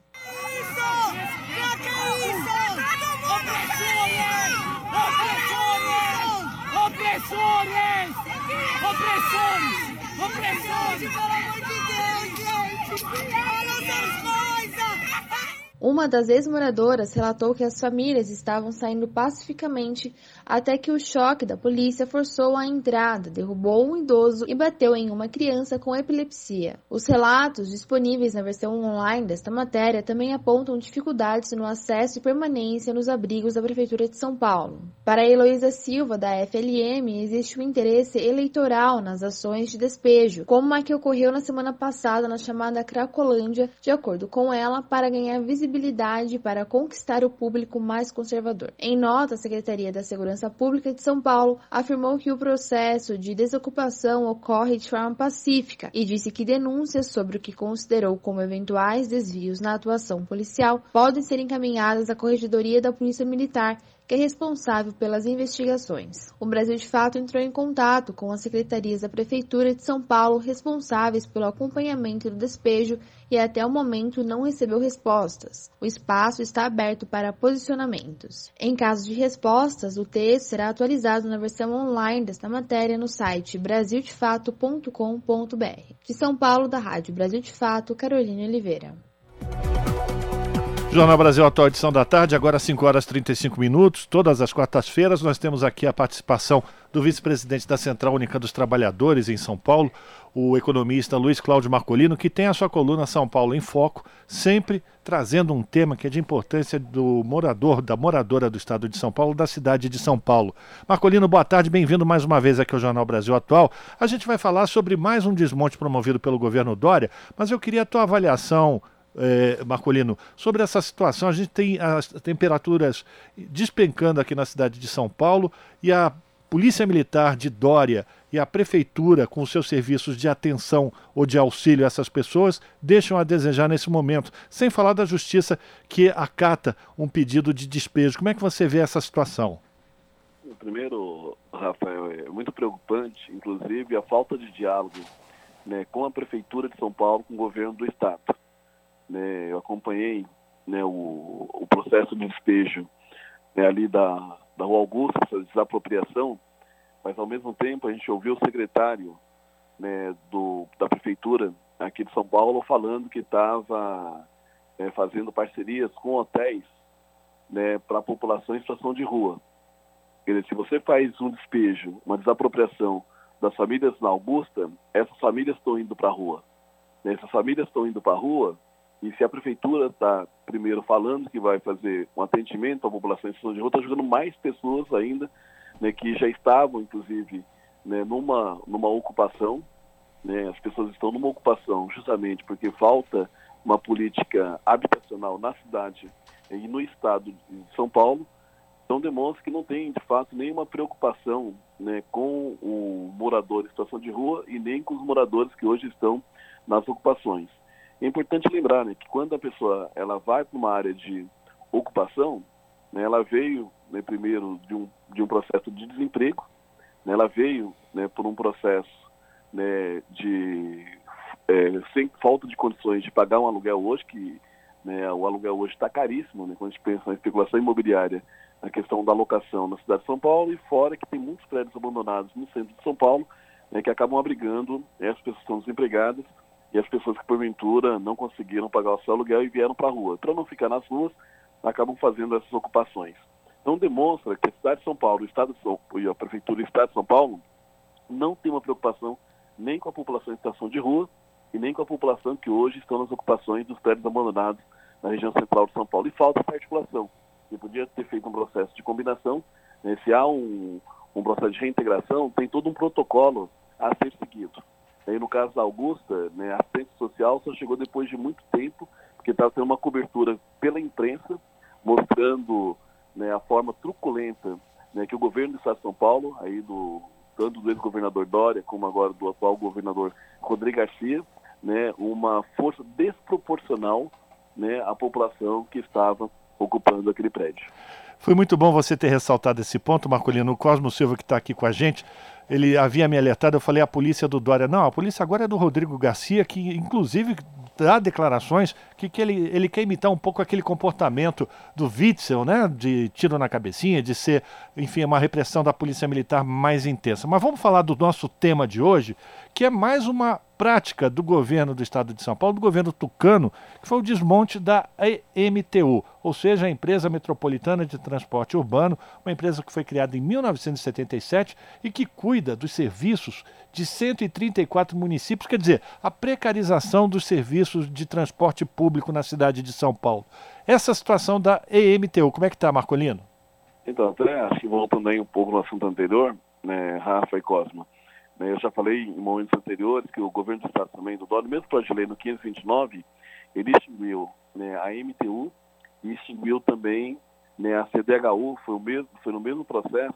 Opressores! Opressores! Opressores! Pelo amor de Deus, gente! Olha essas coisas! Uma das ex-moradoras relatou que as famílias estavam saindo pacificamente até que o choque da polícia forçou a entrada, derrubou um idoso e bateu em uma criança com epilepsia. Os relatos disponíveis na versão online desta matéria também apontam dificuldades no acesso e permanência nos abrigos da Prefeitura de São Paulo. Para Heloísa Silva, da F L M, existe um interesse eleitoral nas ações de despejo, como a que ocorreu na semana passada na chamada Cracolândia, de acordo com ela, para ganhar visibilidade visibilidade para conquistar o público mais conservador. Em nota, a Secretaria da Segurança Pública de São Paulo afirmou que o processo de desocupação ocorre de forma pacífica e disse que denúncias sobre o que considerou como eventuais desvios na atuação policial podem ser encaminhadas à Corregedoria da Polícia Militar, que é responsável pelas investigações. O Brasil de Fato entrou em contato com as secretarias da Prefeitura de São Paulo responsáveis pelo acompanhamento do despejo e até o momento não recebeu respostas. O espaço está aberto para posicionamentos. Em caso de respostas, o texto será atualizado na versão online desta matéria no site brasil de fato ponto com ponto b r. De São Paulo, da Rádio Brasil de Fato, Carolina Oliveira. Jornal Brasil Atual, edição da tarde, agora cinco horas e trinta e cinco minutos. Todas as quartas-feiras nós temos aqui a participação do vice-presidente da Central Única dos Trabalhadores em São Paulo, o economista Luiz Cláudio Marcolino, que tem a sua coluna São Paulo em Foco, sempre trazendo um tema que é de importância do morador, da moradora do estado de São Paulo, da cidade de São Paulo. Marcolino, boa tarde, bem-vindo mais uma vez aqui ao Jornal Brasil Atual. A gente vai falar sobre mais um desmonte promovido pelo governo Dória, mas eu queria a tua avaliação, É, Marcolino, sobre essa situação. A gente tem as temperaturas despencando aqui na cidade de São Paulo e a Polícia Militar de Dória e a Prefeitura, com seus serviços de atenção ou de auxílio a essas pessoas, deixam a desejar nesse momento, sem falar da Justiça que acata um pedido de despejo. Como é que você vê essa situação? Primeiro, Rafael, é muito preocupante, inclusive, a falta de diálogo, né, com a Prefeitura de São Paulo, com o governo do Estado. Né, eu acompanhei, né, o, o processo de despejo, né, ali da, da Rua Augusta, essa desapropriação, mas ao mesmo tempo a gente ouviu o secretário, né, do, da Prefeitura aqui de São Paulo falando que estava é, fazendo parcerias com hotéis, né, para a população em situação de rua. Quer dizer, se você faz um despejo, uma desapropriação das famílias na Augusta, essas famílias estão indo para a rua. Né, essas famílias estão indo para a rua. E se a Prefeitura está, primeiro, falando que vai fazer um atendimento à população em situação de rua, está jogando mais pessoas ainda, né, que já estavam, inclusive, né, numa, numa ocupação. Né, as pessoas estão numa ocupação justamente porque falta uma política habitacional na cidade e no estado de São Paulo. Então demonstra que não tem, de fato, nenhuma preocupação, né, com o morador em situação de rua e nem com os moradores que hoje estão nas ocupações. É importante lembrar, né, que quando a pessoa ela vai para uma área de ocupação, né, ela veio, né, primeiro de um, de um processo de desemprego, né, ela veio, né, por um processo, né, de é, sem falta de condições de pagar um aluguel hoje, que, né, o aluguel hoje está caríssimo, né, quando a gente pensa na especulação imobiliária, na questão da locação na cidade de São Paulo, e fora que tem muitos prédios abandonados no centro de São Paulo, né, que acabam abrigando essas pessoas que estão desempregadas e as pessoas que, porventura, não conseguiram pagar o seu aluguel e vieram para a rua. Para não ficar nas ruas, acabam fazendo essas ocupações. Então, demonstra que a cidade de São Paulo, o Estado de São Paulo, e a Prefeitura do Estado de São Paulo não tem uma preocupação nem com a população em situação de rua e nem com a população que hoje estão nas ocupações dos prédios abandonados na região central de São Paulo. E falta essa articulação. E podia ter feito um processo de combinação, né? Se há um, um processo de reintegração, tem todo um protocolo a ser seguido. E no caso da Augusta, né, a assistência social só chegou depois de muito tempo, porque estava tendo uma cobertura pela imprensa, mostrando, né, a forma truculenta, né, que o governo do Estado de São Paulo, aí do, tanto do ex-governador Dória, como agora do atual governador Rodrigo Garcia, né, uma força desproporcional, né, à população que estava ocupando aquele prédio. Foi muito bom você ter ressaltado esse ponto, Marcolino. O Cosmo Silva, que está aqui com a gente, ele havia me alertado, eu falei a polícia do Dória. Não, a polícia agora é do Rodrigo Garcia, que inclusive dá declarações que, que ele, ele quer imitar um pouco aquele comportamento do Witzel, né, de tiro na cabecinha, de ser, enfim, uma repressão da polícia militar mais intensa. Mas vamos falar do nosso tema de hoje, que é mais uma prática do governo do estado de São Paulo, do governo tucano, que foi o desmonte da E M T U, ou seja, a Empresa Metropolitana de Transporte Urbano, uma empresa que foi criada em mil novecentos e setenta e sete e que cuida dos serviços de cento e trinta e quatro municípios, quer dizer, a precarização dos serviços de transporte público na cidade de São Paulo. Essa situação da E M T U, como é que está, Marcolino? Então, até acho que voltando aí um pouco no assunto anterior, né, Rafa e Cosma, né, eu já falei em momentos anteriores que o governo do estado também, do Dória, mesmo para a lei no quinhentos e vinte e nove, ele extinguiu, né, a M T U e extinguiu também, né, a C D H U, foi, o mesmo, foi no mesmo processo,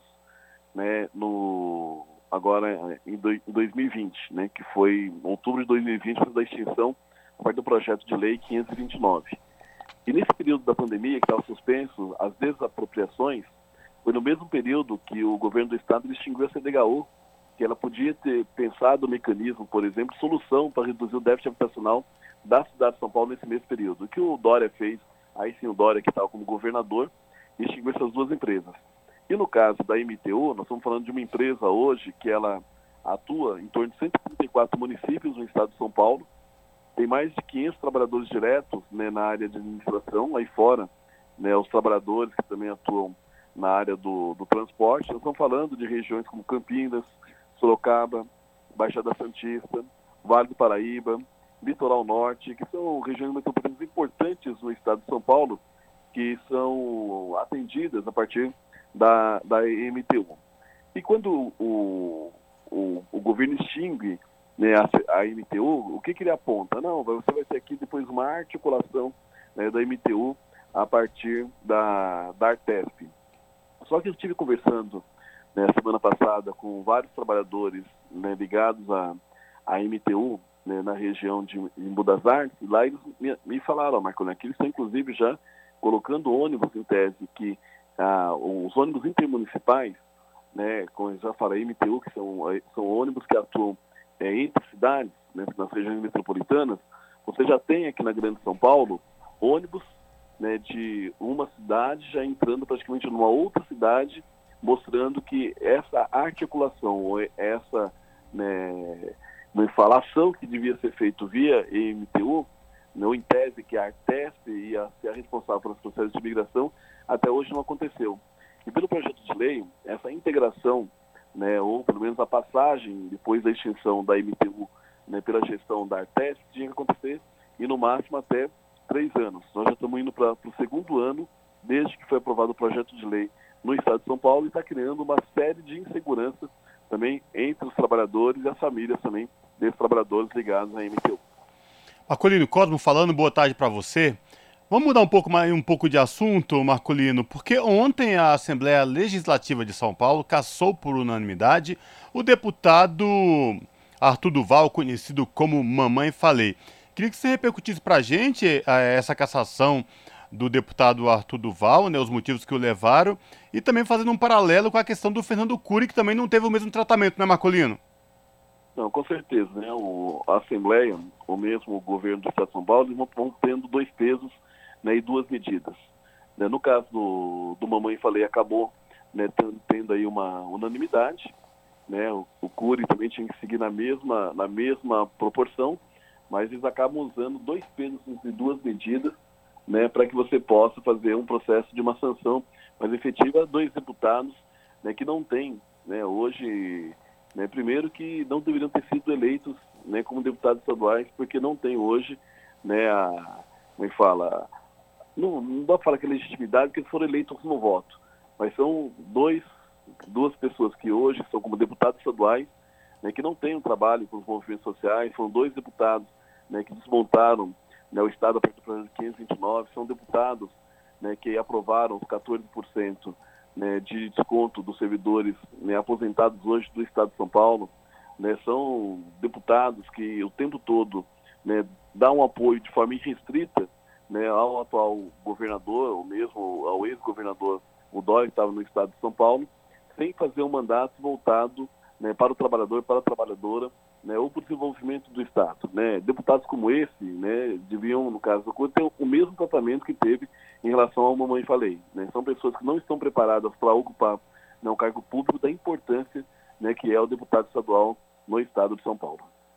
né, no, agora em, do, em dois mil e vinte, né, que foi em outubro de dois mil e vinte, foi da extinção a partir do projeto de lei quinhentos e vinte e nove. E nesse período da pandemia, que estava suspenso, as desapropriações, foi no mesmo período que o governo do estado extinguiu a C D H U, que ela podia ter pensado o mecanismo, por exemplo, solução para reduzir o déficit habitacional da cidade de São Paulo nesse mesmo período. O que o Dória fez, aí sim o Dória que estava como governador, extinguiu essas duas empresas. E no caso da M T U, nós estamos falando de uma empresa hoje que ela atua em torno de cento e trinta e quatro municípios no estado de São Paulo, tem mais de quinhentos trabalhadores diretos, né, na área de administração, aí fora, né, os trabalhadores que também atuam na área do, do transporte. Nós estamos falando de regiões como Campinas, Sorocaba, Baixada Santista, Vale do Paraíba, Litoral Norte, que são regiões metropolitanas importantes no estado de São Paulo, que são atendidas a partir da, da M T U. E quando o, o, o governo extingue, né, a, a M T U, o que, que ele aponta? Não, você vai ter aqui depois uma articulação, né, da M T U a partir da, da Artesp. Só que eu estive conversando, né, semana passada com vários trabalhadores, né, ligados à, à M T U, né, na região de Embu das Artes, e lá eles me, me falaram, Marcolino, que eles estão inclusive já colocando ônibus em tese, que ah, os ônibus intermunicipais, né, como eu já falei, M T U, que são, são ônibus que atuam é, entre cidades, né, nas regiões metropolitanas, você já tem aqui na Grande São Paulo ônibus, né, de uma cidade já entrando praticamente numa outra cidade, mostrando que essa articulação, ou essa, né, uma instalação que devia ser feita via M T U, não em tese que a Artesp ia ser a responsável pelos processos de imigração, até hoje não aconteceu. E pelo projeto de lei, essa integração, né, ou pelo menos a passagem depois da extinção da M T U, né, pela gestão da Artesp, tinha que acontecer, e no máximo até três anos. Nós já estamos indo para o segundo ano, desde que foi aprovado o projeto de lei no estado de São Paulo, e está criando uma série de inseguranças também entre os trabalhadores e as famílias também desses trabalhadores ligados à M T U. Marcolino Cosmo falando, boa tarde para você. Vamos mudar um pouco, mais, um pouco de assunto, Marcolino, porque ontem a Assembleia Legislativa de São Paulo cassou por unanimidade o deputado Arthur Duval, conhecido como Mamãe Falei. Queria que você repercutisse para a gente essa cassação do deputado Arthur Duval, né, os motivos que o levaram, e também fazendo um paralelo com a questão do Fernando Cury, que também não teve o mesmo tratamento, né, Marcolino? Não, com certeza, né? O, a Assembleia, ou mesmo o governo do Estado de São Paulo, eles vão, vão tendo dois pesos, né, e duas medidas. Né, no caso do, do Mamãe Falei, acabou, né, tendo, tendo aí uma unanimidade, né, o, o Cury também tinha que seguir na mesma, na mesma proporção, mas eles acabam usando dois pesos e duas medidas, né, para que você possa fazer um processo de uma sanção mais efetiva a dois deputados, né, que não têm, né, hoje, né, primeiro que não deveriam ter sido eleitos, né, como deputados estaduais, porque não tem hoje, né, a, como é que fala, não, não dá para falar que é legitimidade, porque eles foram eleitos no voto, mas são dois, duas pessoas que hoje são como deputados estaduais, né, que não têm um trabalho com os movimentos sociais, foram dois deputados, né, que desmontaram, né, o Estado a partir do projeto quinhentos e vinte e nove, são deputados, né, que aprovaram os quatorze por cento, né, de desconto dos servidores, né, aposentados hoje do Estado de São Paulo, né, são deputados que o tempo todo, né, dão um apoio de forma irrestrita, né, ao atual governador, ou mesmo ao ex-governador, o Dória, que estava no Estado de São Paulo, sem fazer um mandato voltado, né, para o trabalhador, para a trabalhadora, né, ou para o desenvolvimento do Estado. Né? Deputados como esse, né, deviam, no caso do Cury, ter o mesmo tratamento que teve em relação ao Mamãe Falei. Né? São pessoas que não estão preparadas para ocupar, né, um cargo público da importância, né, que é o deputado estadual no Estado de São Paulo.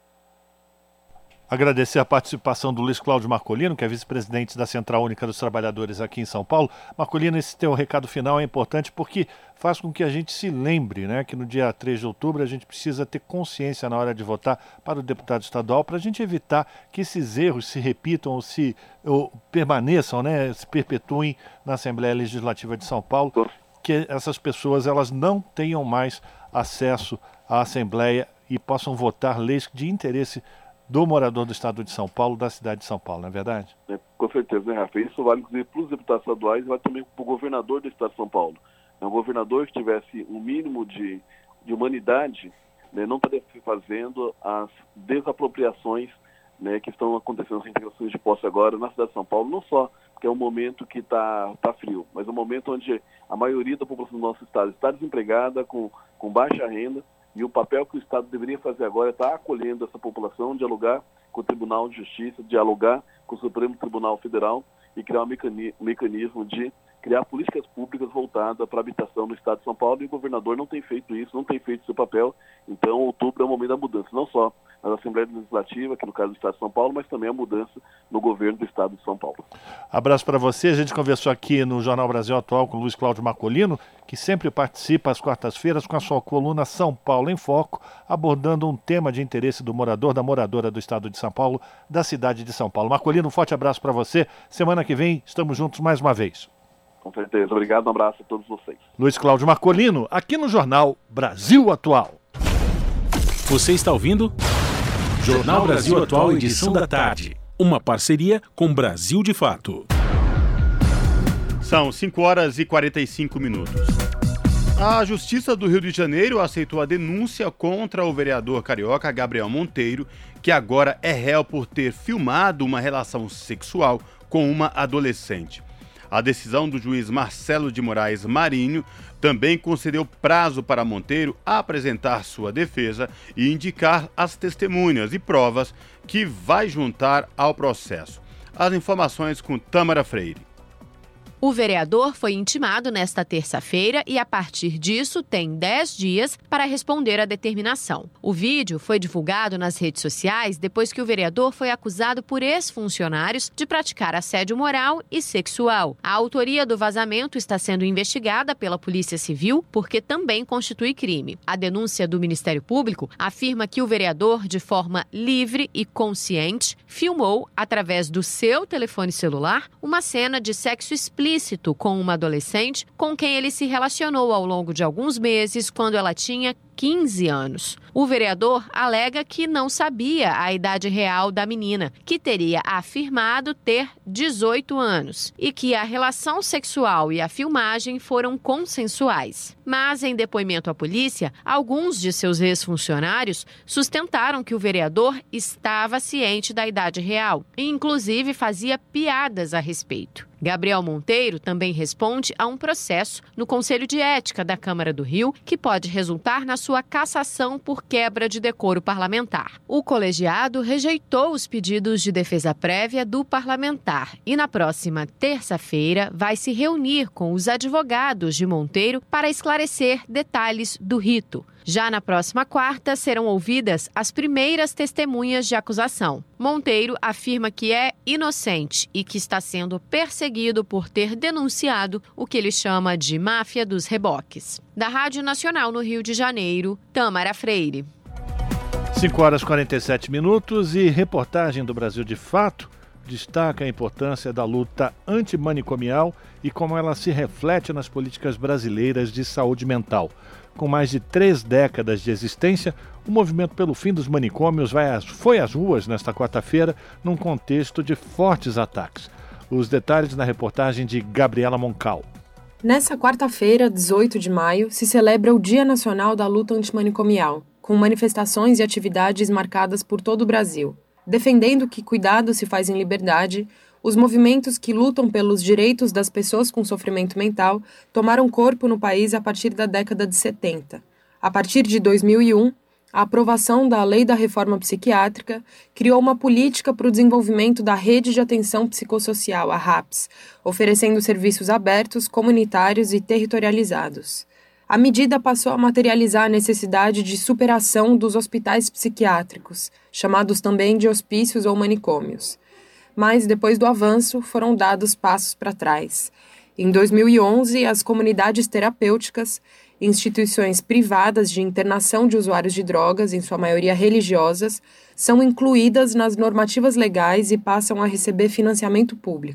Agradecer a participação do Luiz Cláudio Marcolino, que é vice-presidente da Central Única dos Trabalhadores aqui em São Paulo. Marcolino, esse teu recado final é importante porque faz com que a gente se lembre, né, que no dia três de outubro a gente precisa ter consciência na hora de votar para o deputado estadual, para a gente evitar que esses erros se repitam ou se ou permaneçam, né, se perpetuem na Assembleia Legislativa de São Paulo, que essas pessoas elas não tenham mais acesso à Assembleia e possam votar leis de interesse do morador do estado de São Paulo, da cidade de São Paulo, não é verdade? É, com certeza, né, Rafa? Isso vale, inclusive, para os deputados estaduais e vale também para o governador do estado de São Paulo. É um governador que tivesse um mínimo de, de humanidade, né, não estaria fazendo as desapropriações, né, que estão acontecendo, as integrações de posse agora na cidade de São Paulo, não só porque é um momento que está tá frio, mas é um momento onde a maioria da população do nosso estado está desempregada, com, com baixa renda, e o papel que o Estado deveria fazer agora é estar acolhendo essa população, dialogar com o Tribunal de Justiça, dialogar com o Supremo Tribunal Federal e criar um mecanismo de criar políticas públicas voltadas para a habitação no Estado de São Paulo, e o governador não tem feito isso, não tem feito seu papel. Então, outubro é o momento da mudança, não só na Assembleia Legislativa, que no caso do Estado de São Paulo, mas também a mudança no governo do Estado de São Paulo. Abraço para você. A gente conversou aqui no Jornal Brasil Atual com o Luiz Cláudio Marcolino, que sempre participa às quartas-feiras com a sua coluna São Paulo em Foco, abordando um tema de interesse do morador, da moradora do Estado de São Paulo, da cidade de São Paulo. Marcolino, um forte abraço para você. Semana que vem estamos juntos mais uma vez. Com certeza. Obrigado, um abraço a todos vocês. Luiz Cláudio Marcolino, aqui no Jornal Brasil Atual. Você está ouvindo? Jornal Brasil Atual, edição da tarde. Uma parceria com Brasil de Fato. São cinco horas e quarenta e cinco minutos. A Justiça do Rio de Janeiro aceitou a denúncia contra o vereador carioca Gabriel Monteiro, que agora é réu por ter filmado uma relação sexual com uma adolescente. A decisão do juiz Marcelo de Moraes Marinho também concedeu prazo para Monteiro apresentar sua defesa e indicar as testemunhas e provas que vai juntar ao processo. As informações com Tâmara Freire. O vereador foi intimado nesta terça-feira e, a partir disso, tem dez dias para responder à determinação. O vídeo foi divulgado nas redes sociais depois que o vereador foi acusado por ex-funcionários de praticar assédio moral e sexual. A autoria do vazamento está sendo investigada pela Polícia Civil porque também constitui crime. A denúncia do Ministério Público afirma que o vereador, de forma livre e consciente, filmou, através do seu telefone celular, uma cena de sexo explícito com uma adolescente com quem ele se relacionou ao longo de alguns meses, quando ela tinha quinze anos. O vereador alega que não sabia a idade real da menina, que teria afirmado ter dezoito anos, e que a relação sexual e a filmagem foram consensuais. Mas, em depoimento à polícia, alguns de seus ex-funcionários sustentaram que o vereador estava ciente da idade real e, inclusive, fazia piadas a respeito. Gabriel Monteiro também responde a um processo no Conselho de Ética da Câmara do Rio, que pode resultar na sua cassação por quebra de decoro parlamentar. O colegiado rejeitou os pedidos de defesa prévia do parlamentar e, na próxima terça-feira, vai se reunir com os advogados de Monteiro para esclarecer detalhes do rito. Já na próxima quarta, serão ouvidas as primeiras testemunhas de acusação. Monteiro afirma que é inocente e que está sendo perseguido por ter denunciado o que ele chama de máfia dos reboques. Da Rádio Nacional no Rio de Janeiro, Tâmara Freire. cinco horas e quarenta e sete minutos e reportagem do Brasil de Fato destaca a importância da luta antimanicomial e como ela se reflete nas políticas brasileiras de saúde mental. Com mais de três décadas de existência, o movimento pelo fim dos manicômios vai às, foi às ruas nesta quarta-feira num contexto de fortes ataques. Os detalhes na reportagem de Gabriela Moncal. Nessa quarta-feira, dezoito de maio, se celebra o Dia Nacional da Luta Antimanicomial, com manifestações e atividades marcadas por todo o Brasil. Defendendo que cuidado se faz em liberdade, os movimentos que lutam pelos direitos das pessoas com sofrimento mental tomaram corpo no país a partir da década de setenta. A partir de dois mil e um, a aprovação da Lei da Reforma Psiquiátrica criou uma política para o desenvolvimento da Rede de Atenção Psicossocial, a RAPS, oferecendo serviços abertos, comunitários e territorializados. A medida passou a materializar a necessidade de superação dos hospitais psiquiátricos, chamados também de hospícios ou manicômios. Mas, depois do avanço, foram dados passos para trás. Em dois mil e onze, as comunidades terapêuticas, instituições privadas de internação de usuários de drogas, em sua maioria religiosas, são incluídas nas normativas legais e passam a receber financiamento público.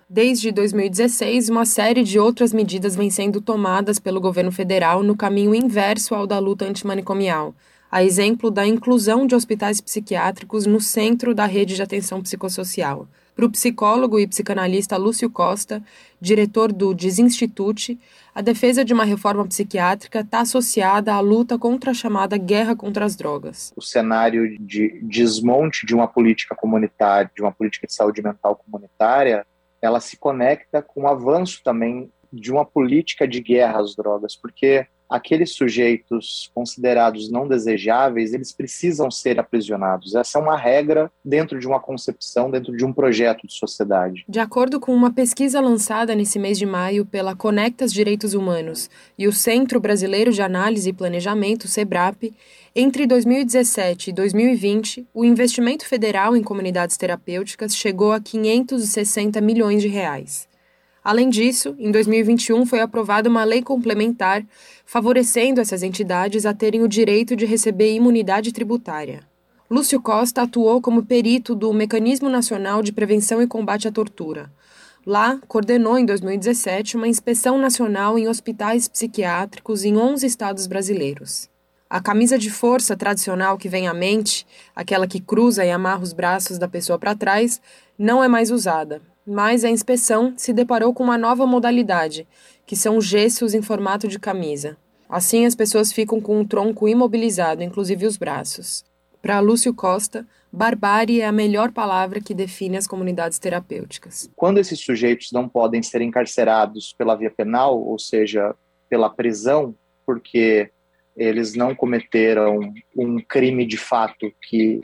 Desde dois mil e dezesseis, uma série de outras medidas vem sendo tomadas pelo governo federal no caminho inverso ao da luta antimanicomial, a exemplo da inclusão de hospitais psiquiátricos no centro da rede de atenção psicossocial. Para o psicólogo e psicanalista Lúcio Costa, diretor do Desinstitute, a defesa de uma reforma psiquiátrica está associada à luta contra a chamada guerra contra as drogas. O cenário de desmonte de uma política comunitária, de uma política de saúde mental comunitária, ela se conecta com o avanço também de uma política de guerra às drogas, porque aqueles sujeitos considerados não desejáveis, eles precisam ser aprisionados. Essa é uma regra dentro de uma concepção, dentro de um projeto de sociedade. De acordo com uma pesquisa lançada nesse mês de maio pela Conectas Direitos Humanos e o Centro Brasileiro de Análise e Planejamento, SEBRAP, entre dois mil e dezessete e dois mil e vinte, o investimento federal em comunidades terapêuticas chegou a quinhentos e sessenta milhões de reais. Além disso, em dois mil e vinte e um foi aprovada uma lei complementar favorecendo essas entidades a terem o direito de receber imunidade tributária. Lúcio Costa atuou como perito do Mecanismo Nacional de Prevenção e Combate à Tortura. Lá, coordenou em dois mil e dezessete uma inspeção nacional em hospitais psiquiátricos em onze estados brasileiros. A camisa de força tradicional que vem à mente, aquela que cruza e amarra os braços da pessoa para trás, não é mais usada. Mas a inspeção se deparou com uma nova modalidade, que são gessos em formato de camisa. Assim, as pessoas ficam com o tronco imobilizado, inclusive os braços. Para Lúcio Costa, barbárie é a melhor palavra que define as comunidades terapêuticas. Quando esses sujeitos não podem ser encarcerados pela via penal, ou seja, pela prisão, porque eles não cometeram um crime de fato que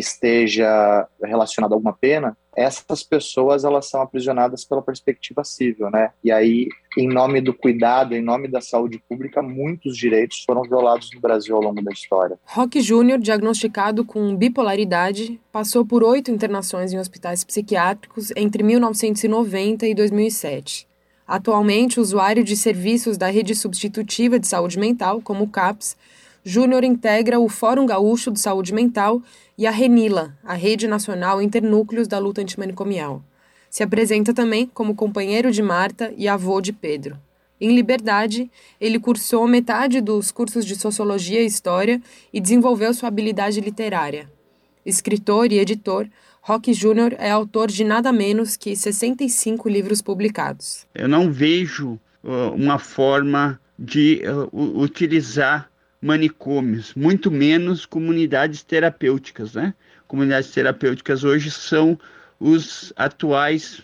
esteja relacionado a alguma pena, essas pessoas elas são aprisionadas pela perspectiva civil, né? E aí, em nome do cuidado, em nome da saúde pública, muitos direitos foram violados no Brasil ao longo da história. Roque Júnior, diagnosticado com bipolaridade, passou por oito internações em hospitais psiquiátricos entre mil novecentos e noventa e dois mil e sete. Atualmente, usuário de serviços da Rede Substitutiva de Saúde Mental, como o CAPS, Júnior integra o Fórum Gaúcho de Saúde Mental e a RENILA, a Rede Nacional Internúcleos da Luta Antimanicomial. Se apresenta também como companheiro de Marta e avô de Pedro. Em Liberdade, ele cursou metade dos cursos de Sociologia e História e desenvolveu sua habilidade literária. Escritor e editor, Roque Júnior é autor de nada menos que sessenta e cinco livros publicados. Eu não vejo uh, uma forma de uh, utilizar manicômios, muito menos comunidades terapêuticas, né? Comunidades terapêuticas hoje são os atuais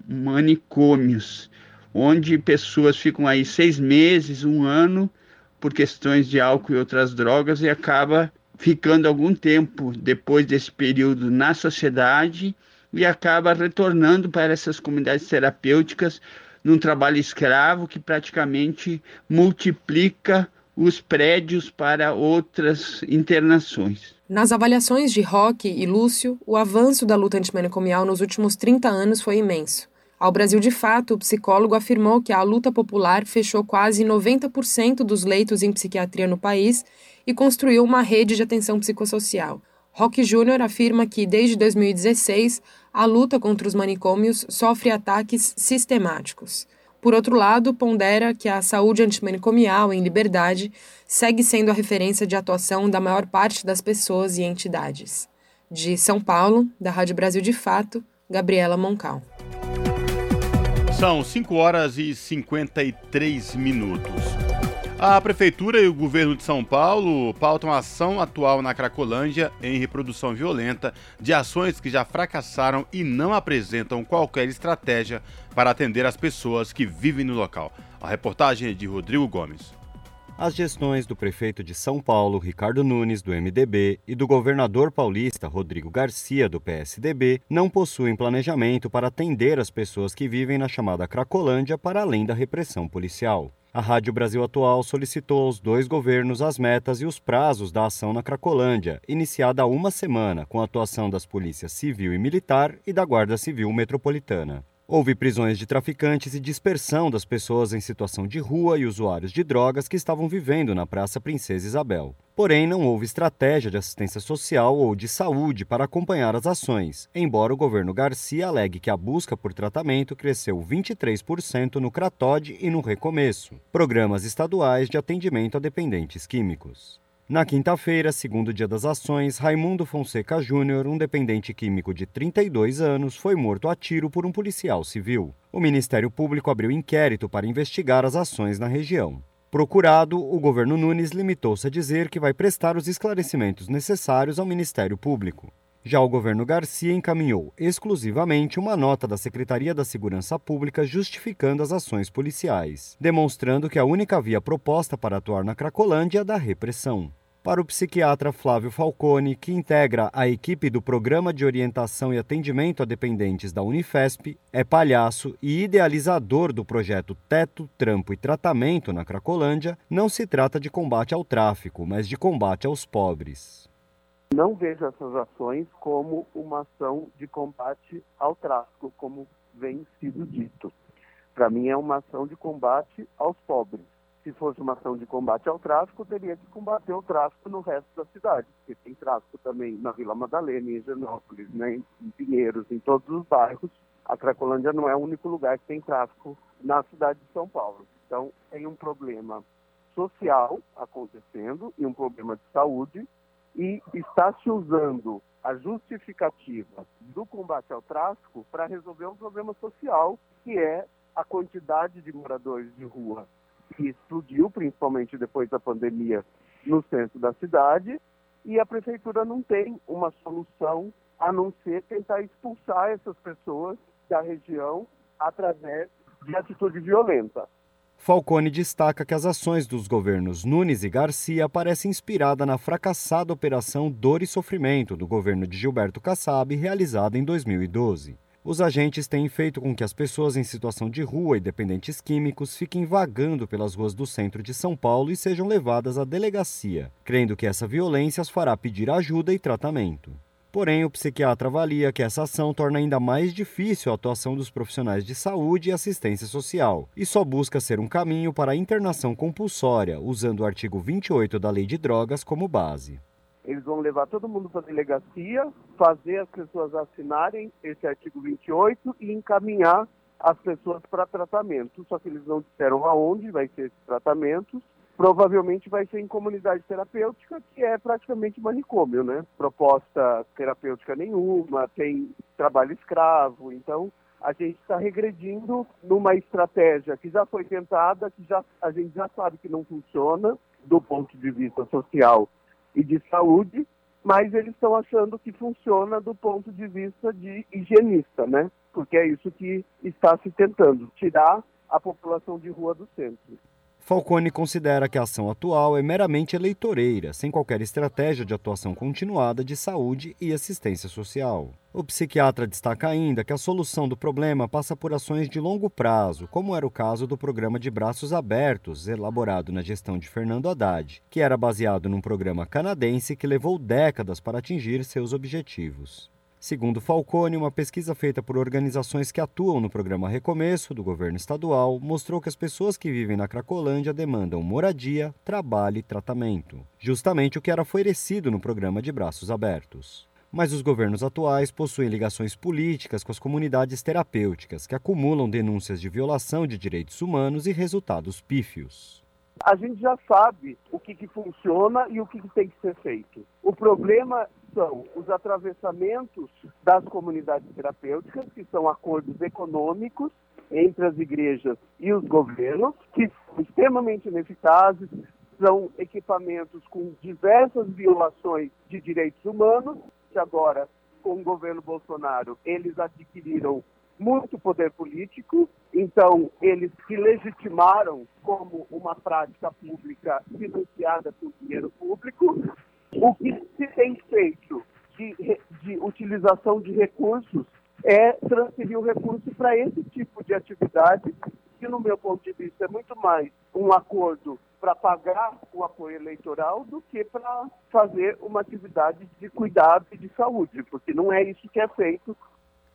manicômios, onde pessoas ficam aí seis meses, um ano, por questões de álcool e outras drogas, e acaba ficando algum tempo depois desse período na sociedade e acaba retornando para essas comunidades terapêuticas num trabalho escravo que praticamente multiplica os prédios para outras internações. Nas avaliações de Roque e Lúcio, o avanço da luta antimanicomial nos últimos trinta anos foi imenso. Ao Brasil de Fato, o psicólogo afirmou que a luta popular fechou quase noventa por cento dos leitos em psiquiatria no país e construiu uma rede de atenção psicossocial. Roque Júnior afirma que, desde dois mil e dezesseis, a luta contra os manicômios sofre ataques sistemáticos. Por outro lado, pondera que a saúde antimanicomial em Liberdade segue sendo a referência de atuação da maior parte das pessoas e entidades. De São Paulo, da Rádio Brasil de Fato, Gabriela Moncal. São cinco horas e cinquenta e três minutos. A Prefeitura e o Governo de São Paulo pautam a ação atual na Cracolândia em reprodução violenta de ações que já fracassaram e não apresentam qualquer estratégia para atender as pessoas que vivem no local. A reportagem é de Rodrigo Gomes. As gestões do prefeito de São Paulo, Ricardo Nunes, do M D B, e do governador paulista, Rodrigo Garcia, do P S D B, não possuem planejamento para atender as pessoas que vivem na chamada Cracolândia para além da repressão policial. A Rádio Brasil Atual solicitou aos dois governos as metas e os prazos da ação na Cracolândia, iniciada há uma semana, com a atuação das polícias civil e militar e da Guarda Civil Metropolitana. Houve prisões de traficantes e dispersão das pessoas em situação de rua e usuários de drogas que estavam vivendo na Praça Princesa Isabel. Porém, não houve estratégia de assistência social ou de saúde para acompanhar as ações, embora o governo Garcia alegue que a busca por tratamento cresceu vinte e três por cento no Cratode e no Recomeço, programas estaduais de atendimento a dependentes químicos. Na quinta-feira, segundo dia das ações, Raimundo Fonseca Júnior, um dependente químico de trinta e dois anos, foi morto a tiro por um policial civil. O Ministério Público abriu inquérito para investigar as ações na região. Procurado, o governo Nunes limitou-se a dizer que vai prestar os esclarecimentos necessários ao Ministério Público. Já o governo Garcia encaminhou exclusivamente uma nota da Secretaria da Segurança Pública justificando as ações policiais, demonstrando que a única via proposta para atuar na Cracolândia é a da repressão. Para o psiquiatra Flávio Falcone, que integra a equipe do Programa de Orientação e Atendimento a Dependentes da Unifesp, é palhaço e idealizador do projeto Teto, Trampo e Tratamento na Cracolândia, não se trata de combate ao tráfico, mas de combate aos pobres. Não vejo essas ações como uma ação de combate ao tráfico, como vem sido dito. Para mim é uma ação de combate aos pobres. Se fosse uma ação de combate ao tráfico, teria que combater o tráfico no resto da cidade, porque tem tráfico também na Vila Madalena, em Higienópolis, né, em Pinheiros, em todos os bairros. A Cracolândia não é o único lugar que tem tráfico na cidade de São Paulo. Então, tem um problema social acontecendo e um problema de saúde, e está se usando a justificativa do combate ao tráfico para resolver um problema social, que é a quantidade de moradores de rua que explodiu, principalmente depois da pandemia, no centro da cidade, e a prefeitura não tem uma solução a não ser tentar expulsar essas pessoas da região através de atitude violenta. Falcone destaca que as ações dos governos Nunes e Garcia parecem inspiradas na fracassada Operação Dor e Sofrimento do governo de Gilberto Kassab, realizada em dois mil e doze. Os agentes têm feito com que as pessoas em situação de rua e dependentes químicos fiquem vagando pelas ruas do centro de São Paulo e sejam levadas à delegacia, crendo que essa violência as fará pedir ajuda e tratamento. Porém, o psiquiatra avalia que essa ação torna ainda mais difícil a atuação dos profissionais de saúde e assistência social, e só busca ser um caminho para a internação compulsória, usando o artigo vinte e oito da Lei de Drogas como base. Eles vão levar todo mundo para a delegacia, fazer as pessoas assinarem esse artigo vinte e oito e encaminhar as pessoas para tratamento. Só que eles não disseram aonde vai ser esse tratamento. Provavelmente vai ser em comunidade terapêutica, que é praticamente manicômio, né? Proposta terapêutica nenhuma, tem trabalho escravo. Então, a gente está regredindo numa estratégia que já foi tentada, que já, a gente já sabe que não funciona do ponto de vista social e de saúde, mas eles estão achando que funciona do ponto de vista de higienista, né? Porque é isso que está se tentando, tirar a população de rua do centro. Falcone considera que a ação atual é meramente eleitoreira, sem qualquer estratégia de atuação continuada de saúde e assistência social. O psiquiatra destaca ainda que a solução do problema passa por ações de longo prazo, como era o caso do programa de Braços Abertos, elaborado na gestão de Fernando Haddad, que era baseado num programa canadense que levou décadas para atingir seus objetivos. Segundo Falcone, uma pesquisa feita por organizações que atuam no programa Recomeço, do governo estadual, mostrou que as pessoas que vivem na Cracolândia demandam moradia, trabalho e tratamento, justamente o que era oferecido no programa de Braços Abertos. Mas os governos atuais possuem ligações políticas com as comunidades terapêuticas, que acumulam denúncias de violação de direitos humanos e resultados pífios. A gente já sabe o que, que funciona e o que, que tem que ser feito. O problema são os atravessamentos das comunidades terapêuticas, que são acordos econômicos entre as igrejas e os governos, que são extremamente ineficazes, são equipamentos com diversas violações de direitos humanos, que agora, com o governo Bolsonaro, eles adquiriram muito poder político, então eles se legitimaram como uma prática pública financiada por dinheiro público. O que se tem feito de, de utilização de recursos é transferir o recurso para esse tipo de atividade, que no meu ponto de vista é muito mais um acordo para pagar o apoio eleitoral do que para fazer uma atividade de cuidado e de saúde, porque não é isso que é feito.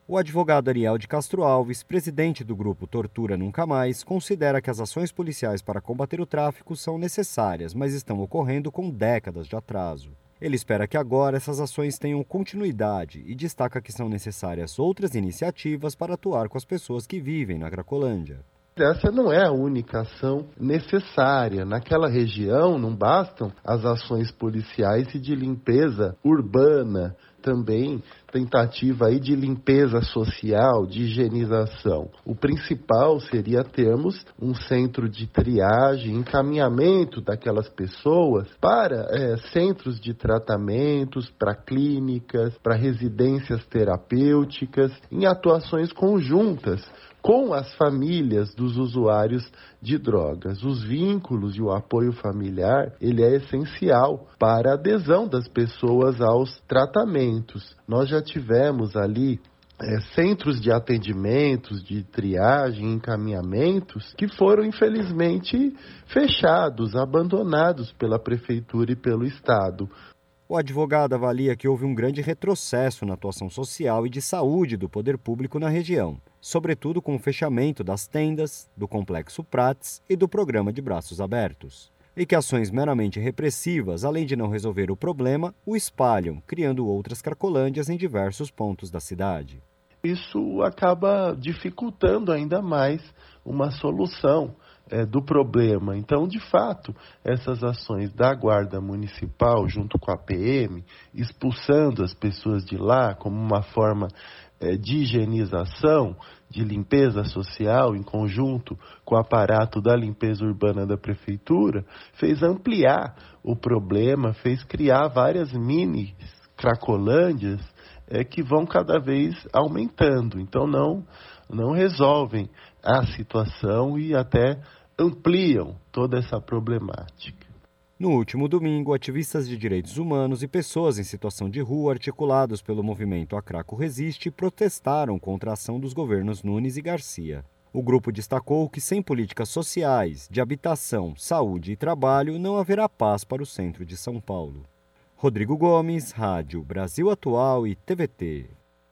O advogado Ariel de Castro Alves, presidente do grupo Tortura Nunca Mais, considera que as ações policiais para combater o tráfico são necessárias, mas estão ocorrendo com décadas de atraso. Ele espera que agora essas ações tenham continuidade e destaca que são necessárias outras iniciativas para atuar com as pessoas que vivem na Cracolândia. Essa não é a única ação necessária. Naquela região não bastam as ações policiais e de limpeza urbana, também tentativa aí de limpeza social, de higienização. O principal seria termos um centro de triagem, encaminhamento daquelas pessoas para é, centros de tratamentos, para clínicas, para residências terapêuticas, em atuações conjuntas com as famílias dos usuários de drogas. Os vínculos e o apoio familiar, ele é essencial para a adesão das pessoas aos tratamentos. Nós já tivemos ali é, centros de atendimentos, de triagem, encaminhamentos, que foram infelizmente fechados, abandonados pela Prefeitura e pelo Estado. O advogado avalia que houve um grande retrocesso na atuação social e de saúde do poder público na região, sobretudo com o fechamento das tendas, do Complexo Prates e do Programa de Braços Abertos. E que ações meramente repressivas, além de não resolver o problema, o espalham, criando outras cracolândias em diversos pontos da cidade. Isso acaba dificultando ainda mais uma solução É, do problema. Então, de fato, essas ações da Guarda Municipal, junto com a P M, expulsando as pessoas de lá como uma forma é, de higienização, de limpeza social, em conjunto com o aparato da limpeza urbana da Prefeitura, fez ampliar o problema, fez criar várias mini cracolândias é, que vão cada vez aumentando. Então, não, não resolvem a situação e até ampliam toda essa problemática. No último domingo, ativistas de direitos humanos e pessoas em situação de rua, articulados pelo movimento A Craco Resiste, protestaram contra a ação dos governos Nunes e Garcia. O grupo destacou que sem políticas sociais, de habitação, saúde e trabalho, não haverá paz para o centro de São Paulo. Rodrigo Gomes, Rádio Brasil Atual e T V T.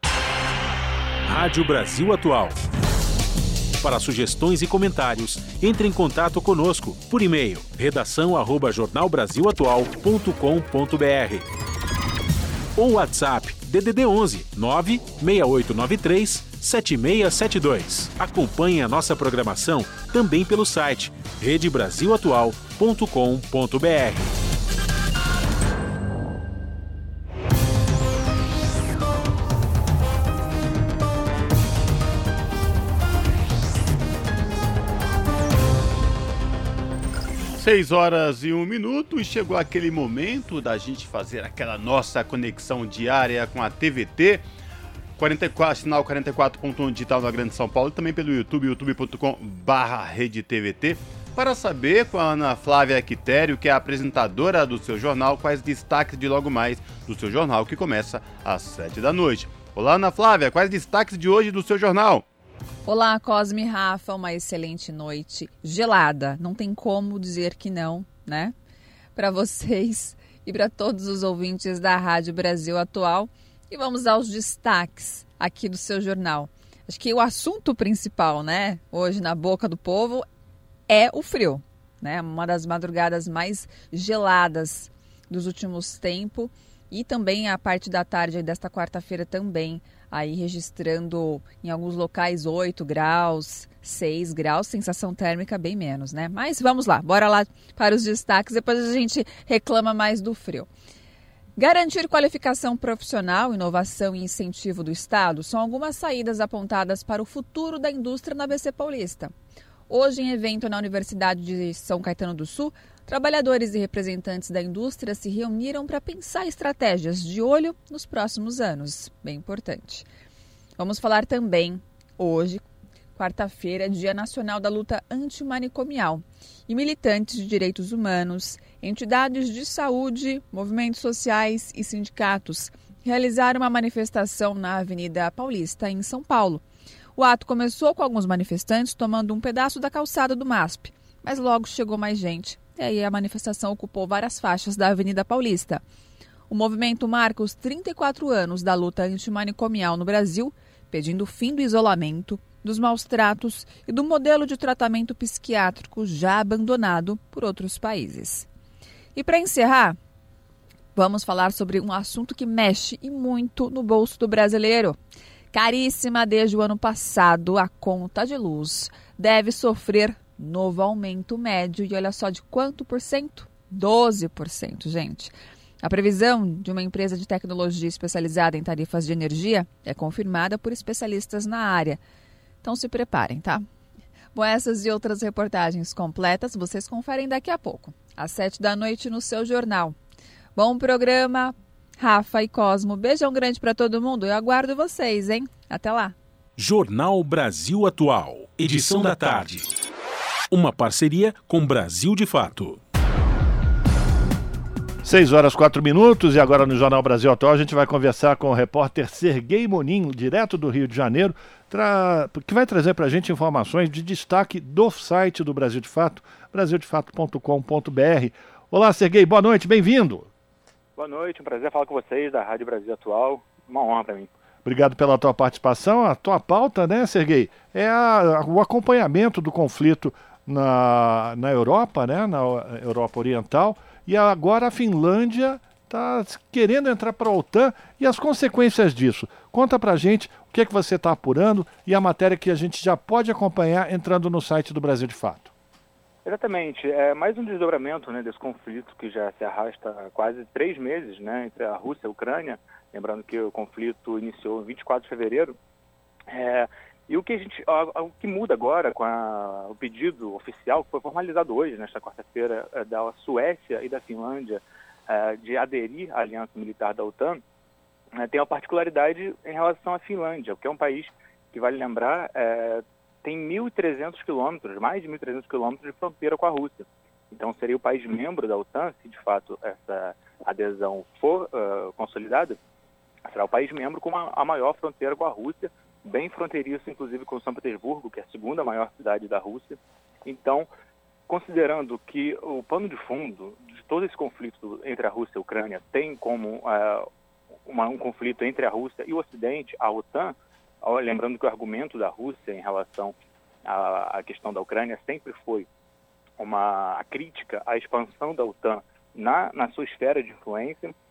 Rádio Brasil Atual. Para sugestões e comentários, entre em contato conosco por e-mail redação arroba jornal brasil atual ponto com ponto b r ou WhatsApp D D D onze nove seis oito nove três sete seis sete dois. Acompanhe a nossa programação também pelo site rede brasil atual ponto com ponto b r. Seis horas e um minuto e chegou aquele momento da gente fazer aquela nossa conexão diária com a T V T. quarenta e quatro, sinal quarenta e quatro ponto um digital na Grande São Paulo e também pelo YouTube, youtube ponto com barra rede T V T. Para saber com a Ana Flávia Quitério, que é a apresentadora do seu jornal, quais destaques de logo mais do seu jornal, que começa às sete da noite. Olá, Ana Flávia, quais destaques de hoje do seu jornal? Olá, Cosme e Rafa, uma excelente noite gelada, não tem como dizer que não, né? Para vocês e para todos os ouvintes da Rádio Brasil Atual. E vamos aos destaques aqui do seu jornal. Acho que o assunto principal, né, hoje na boca do povo é o frio, né? Uma das madrugadas mais geladas dos últimos tempos e também a parte da tarde desta quarta-feira também, aí registrando em alguns locais oito graus, seis graus, sensação térmica bem menos, né? Mas vamos lá, bora lá para os destaques, depois a gente reclama mais do frio. Garantir qualificação profissional, inovação e incentivo do Estado são algumas saídas apontadas para o futuro da indústria na A B C Paulista. Hoje, em evento na Universidade de São Caetano do Sul, trabalhadores e representantes da indústria se reuniram para pensar estratégias de olho nos próximos anos. Bem importante. Vamos falar também, hoje, quarta-feira, Dia Nacional da Luta Antimanicomial. E militantes de direitos humanos, entidades de saúde, movimentos sociais e sindicatos realizaram uma manifestação na Avenida Paulista, em São Paulo. O ato começou com alguns manifestantes tomando um pedaço da calçada do M A S P, mas logo chegou mais gente. E aí a manifestação ocupou várias faixas da Avenida Paulista. O movimento marca os trinta e quatro anos da luta antimanicomial no Brasil, pedindo o fim do isolamento, dos maus tratos e do modelo de tratamento psiquiátrico já abandonado por outros países. E para encerrar, vamos falar sobre um assunto que mexe e muito no bolso do brasileiro. Caríssima desde o ano passado, a conta de luz deve sofrer novo aumento médio. E olha só de quanto por cento? doze por cento, gente. A previsão de uma empresa de tecnologia especializada em tarifas de energia é confirmada por especialistas na área. Então se preparem, tá? Bom, essas e outras reportagens completas vocês conferem daqui a pouco, às sete da noite no seu jornal. Bom programa, Rafa e Cosmo. Beijão grande para todo mundo. Eu aguardo vocês, hein? Até lá. Jornal Brasil Atual, edição da tarde. Uma parceria com Brasil de Fato. seis horas, quatro minutos, e agora no Jornal Brasil Atual a gente vai conversar com o repórter Serguei Monin, direto do Rio de Janeiro, tra... que vai trazer para a gente informações de destaque do site do Brasil de Fato, brasil de fato ponto com ponto b r. Olá, Serguei, boa noite, bem-vindo. Boa noite, um prazer falar com vocês da Rádio Brasil Atual, uma honra para mim. Obrigado pela tua participação. A tua pauta, né, Serguei, é a, o acompanhamento do conflito na, na Europa, né, na Europa Oriental. E agora a Finlândia está querendo entrar para a OTAN e as consequências disso. Conta para a gente o que é que você está apurando e a matéria que a gente já pode acompanhar entrando no site do Brasil de Fato. Exatamente. É mais um desdobramento, né, desse conflito que já se arrasta há quase três meses, né, entre a Rússia e a Ucrânia. Lembrando que o conflito iniciou em vinte e quatro de fevereiro. É, e o que, a gente, o que muda agora com a, o pedido oficial, que foi formalizado hoje, nesta quarta-feira, é, da Suécia e da Finlândia, é, de aderir à aliança militar da OTAN, é, tem uma particularidade em relação à Finlândia, que é um país que, vale lembrar, é, tem mil e trezentos quilômetros, mais de mil e trezentos quilômetros de fronteira com a Rússia. Então seria o país membro da OTAN, se de fato essa adesão for uh, consolidada, será o país membro com a, a maior fronteira com a Rússia, bem fronteiriço, inclusive, com São Petersburgo, que é a segunda maior cidade da Rússia. Então, considerando que o pano de fundo de todo esse conflito entre a Rússia e a Ucrânia tem como uh, uma, um conflito entre a Rússia e o Ocidente, a OTAN, uh, lembrando que o argumento da Rússia em relação à, à questão da Ucrânia sempre foi uma crítica à expansão da OTAN na, na sua esfera de influência, uh,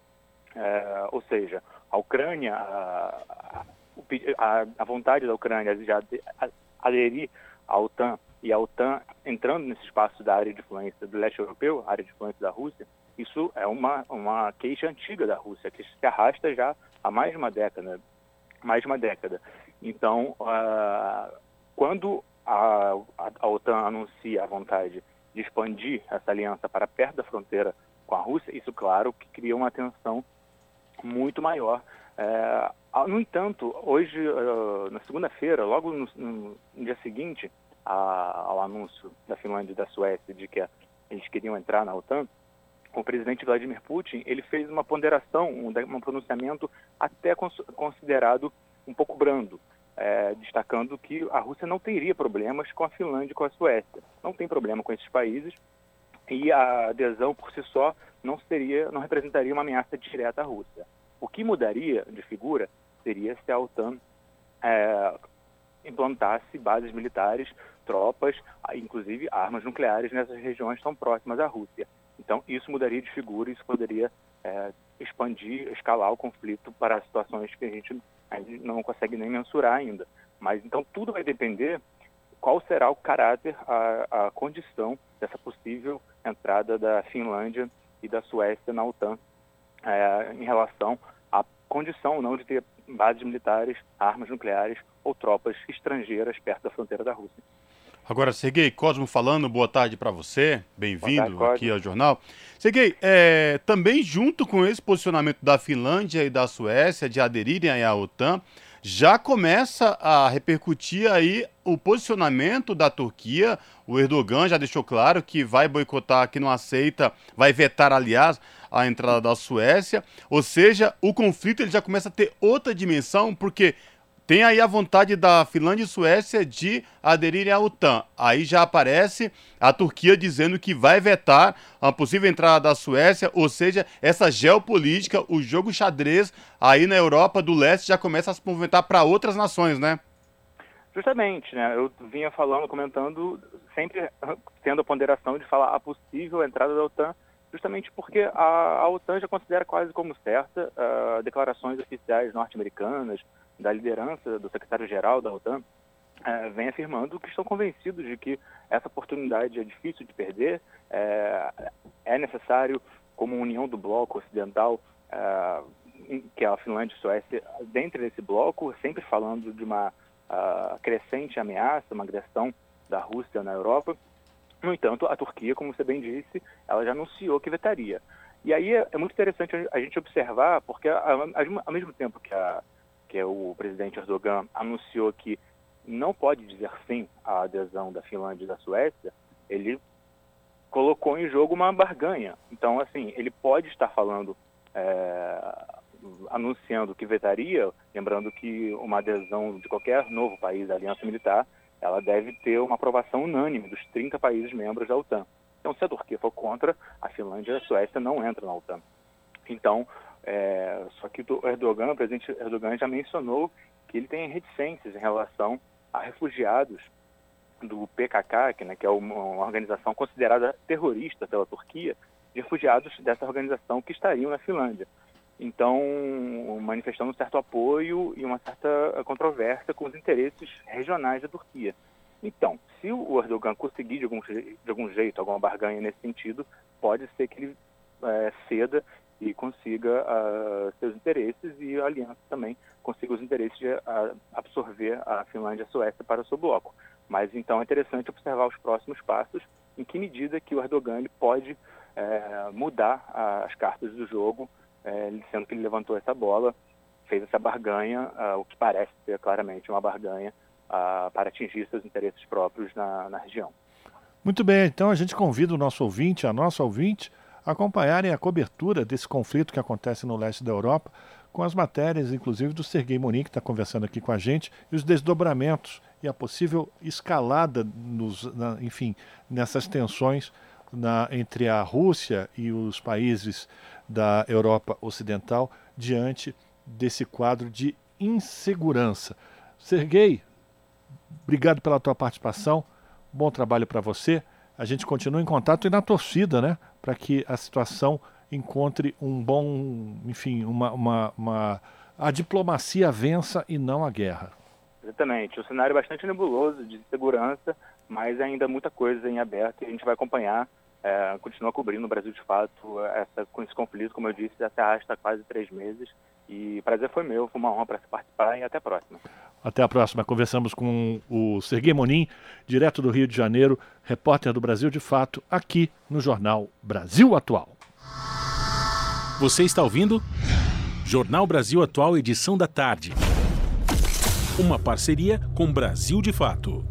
ou seja, a Ucrânia... A, a, A, a vontade da Ucrânia de aderir à OTAN e a OTAN entrando nesse espaço da área de influência do leste europeu, área de influência da Rússia, isso é uma, uma queixa antiga da Rússia, que se arrasta já há mais de uma década. Mais de uma década. Então, uh, quando a, a, a OTAN anuncia a vontade de expandir essa aliança para perto da fronteira com a Rússia, isso, claro, que cria uma tensão muito maior. É, no entanto, hoje, uh, na segunda-feira, logo no, no, no dia seguinte a, ao anúncio da Finlândia e da Suécia de que a, eles queriam entrar na OTAN, o presidente Vladimir Putin ele fez uma ponderação, um, um pronunciamento até cons, considerado um pouco brando, é, destacando que a Rússia não teria problemas com a Finlândia e com a Suécia. Não tem problema com esses países e a adesão por si só não, seria, não representaria uma ameaça direta à Rússia. O que mudaria de figura seria se a OTAN é, implantasse bases militares, tropas, inclusive armas nucleares nessas regiões tão próximas à Rússia. Então, isso mudaria de figura e isso poderia é, expandir, escalar o conflito para situações que a gente não consegue nem mensurar ainda. Mas, então, tudo vai depender qual será o caráter, a, a condição dessa possível entrada da Finlândia e da Suécia na OTAN, É, em relação à condição ou não de ter bases militares, armas nucleares ou tropas estrangeiras perto da fronteira da Rússia. Agora, Serguei, Cosmo falando, boa tarde para você, bem-vindo aqui ao jornal. Serguei, é, também junto com esse posicionamento da Finlândia e da Suécia de aderirem à OTAN, já começa a repercutir aí o posicionamento da Turquia. O Erdogan já deixou claro que vai boicotar, que não aceita, vai vetar, aliás, a entrada da Suécia. Ou seja, o conflito ele já começa a ter outra dimensão, porque Tem aí a vontade da Finlândia e Suécia de aderirem à OTAN. Aí já aparece a Turquia dizendo que vai vetar a possível entrada da Suécia, ou seja, essa geopolítica, o jogo xadrez aí na Europa do Leste já começa a se movimentar para outras nações, né? Justamente, né? Eu vinha falando, comentando, sempre tendo a ponderação de falar a possível entrada da OTAN, justamente porque a, a OTAN já considera quase como certa uh, declarações oficiais norte-americanas, da liderança do secretário-geral da OTAN, uh, vem afirmando que estão convencidos de que essa oportunidade é difícil de perder, uh, é necessário, como união do bloco ocidental, uh, que é a Finlândia e a Suécia, dentro desse bloco, sempre falando de uma uh, crescente ameaça, uma agressão da Rússia na Europa. No entanto, a Turquia, como você bem disse, ela já anunciou que vetaria. E aí é, é muito interessante a gente observar, porque a, a, ao mesmo tempo que, a, que o presidente Erdogan anunciou que não pode dizer sim à adesão da Finlândia e da Suécia, ele colocou em jogo uma barganha. Então, assim, ele pode estar falando, é, anunciando que vetaria, lembrando que uma adesão de qualquer novo país da Aliança Militar, ela deve ter uma aprovação unânime dos trinta países membros da OTAN. Então, se a Turquia for contra, a Finlândia e a Suécia não entram na OTAN. Então, é, só que o Erdogan, o presidente Erdogan já mencionou que ele tem reticências em relação a refugiados do P K K, que, né, que é uma, uma organização considerada terrorista pela Turquia, de refugiados dessa organização que estariam na Finlândia. Então, manifestando um certo apoio e uma certa controvérsia com os interesses regionais da Turquia. Então, se o Erdogan conseguir de algum, de algum jeito, alguma barganha nesse sentido, pode ser que ele é, ceda e consiga uh, seus interesses, e a aliança também consiga os interesses de uh, absorver a Finlândia e a Suécia para o seu bloco. Mas então é interessante observar os próximos passos, em que medida que o Erdogan ele pode uh, mudar uh, as cartas do jogo, É, sendo que ele levantou essa bola, fez essa barganha, uh, o que parece ser claramente uma barganha uh, para atingir seus interesses próprios na, na região. Muito bem, então a gente convida o nosso ouvinte, a nossa ouvinte, a acompanharem a cobertura desse conflito que acontece no leste da Europa, com as matérias, inclusive, do Serguei Monin, que está conversando aqui com a gente, e os desdobramentos e a possível escalada, nos, na, enfim, nessas tensões na, entre a Rússia e os países da Europa Ocidental diante desse quadro de insegurança. Serguei, obrigado pela tua participação, bom trabalho para você. A gente continua em contato e na torcida, né, para que a situação encontre um bom, enfim, uma, uma, uma, a diplomacia vença e não a guerra. Exatamente, o cenário é bastante nebuloso de segurança, mas ainda muita coisa em aberto e a gente vai acompanhar. É, continua cobrindo o Brasil de Fato essa, com esse conflito, como eu disse, já se arrasta há quase três meses e prazer foi meu, foi uma honra para participar e até a próxima. Até a próxima. Conversamos com o Serguei Monin, direto do Rio de Janeiro, repórter do Brasil de Fato, aqui no Jornal Brasil Atual. Você está ouvindo? Jornal Brasil Atual, edição da tarde. Uma parceria com Brasil de Fato.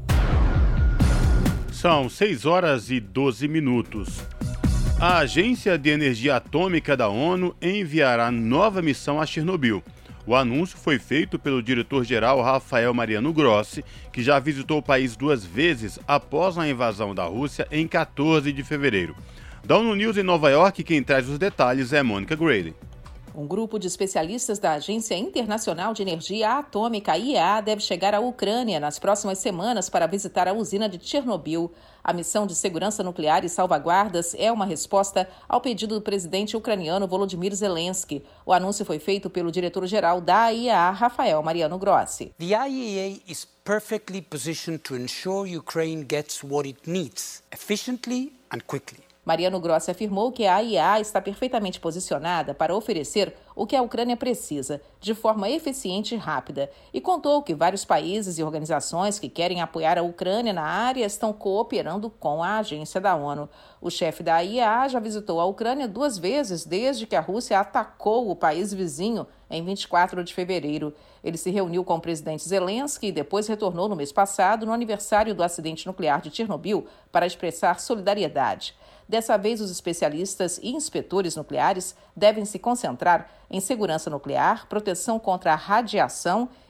São seis horas e doze minutos. A Agência de Energia Atômica da ONU enviará nova missão a Chernobyl. O anúncio foi feito pelo diretor-geral Rafael Mariano Grossi, que já visitou o país duas vezes após a invasão da Rússia em quatorze de fevereiro. Da ONU News em Nova York, quem traz os detalhes é Mônica Grady. Um grupo de especialistas da Agência Internacional de Energia Atômica, I E A, deve chegar à Ucrânia nas próximas semanas para visitar a usina de Chernobyl. A missão de segurança nuclear e salvaguardas é uma resposta ao pedido do presidente ucraniano Volodymyr Zelensky. O anúncio foi feito pelo diretor-geral da I E A, Rafael Mariano Grossi. The I A E A is perfectly positioned to ensure Ukraine gets what it needs, efficiently and quickly. Mariano Grossi afirmou que a I E A está perfeitamente posicionada para oferecer o que a Ucrânia precisa, de forma eficiente e rápida, e contou que vários países e organizações que querem apoiar a Ucrânia na área estão cooperando com a agência da ONU. O chefe da I E A já visitou a Ucrânia duas vezes desde que a Rússia atacou o país vizinho em vinte e quatro de fevereiro. Ele se reuniu com o presidente Zelensky e depois retornou no mês passado, no aniversário do acidente nuclear de Chernobyl, para expressar solidariedade. Dessa vez, os especialistas e inspetores nucleares devem se concentrar em segurança nuclear, proteção contra a radiação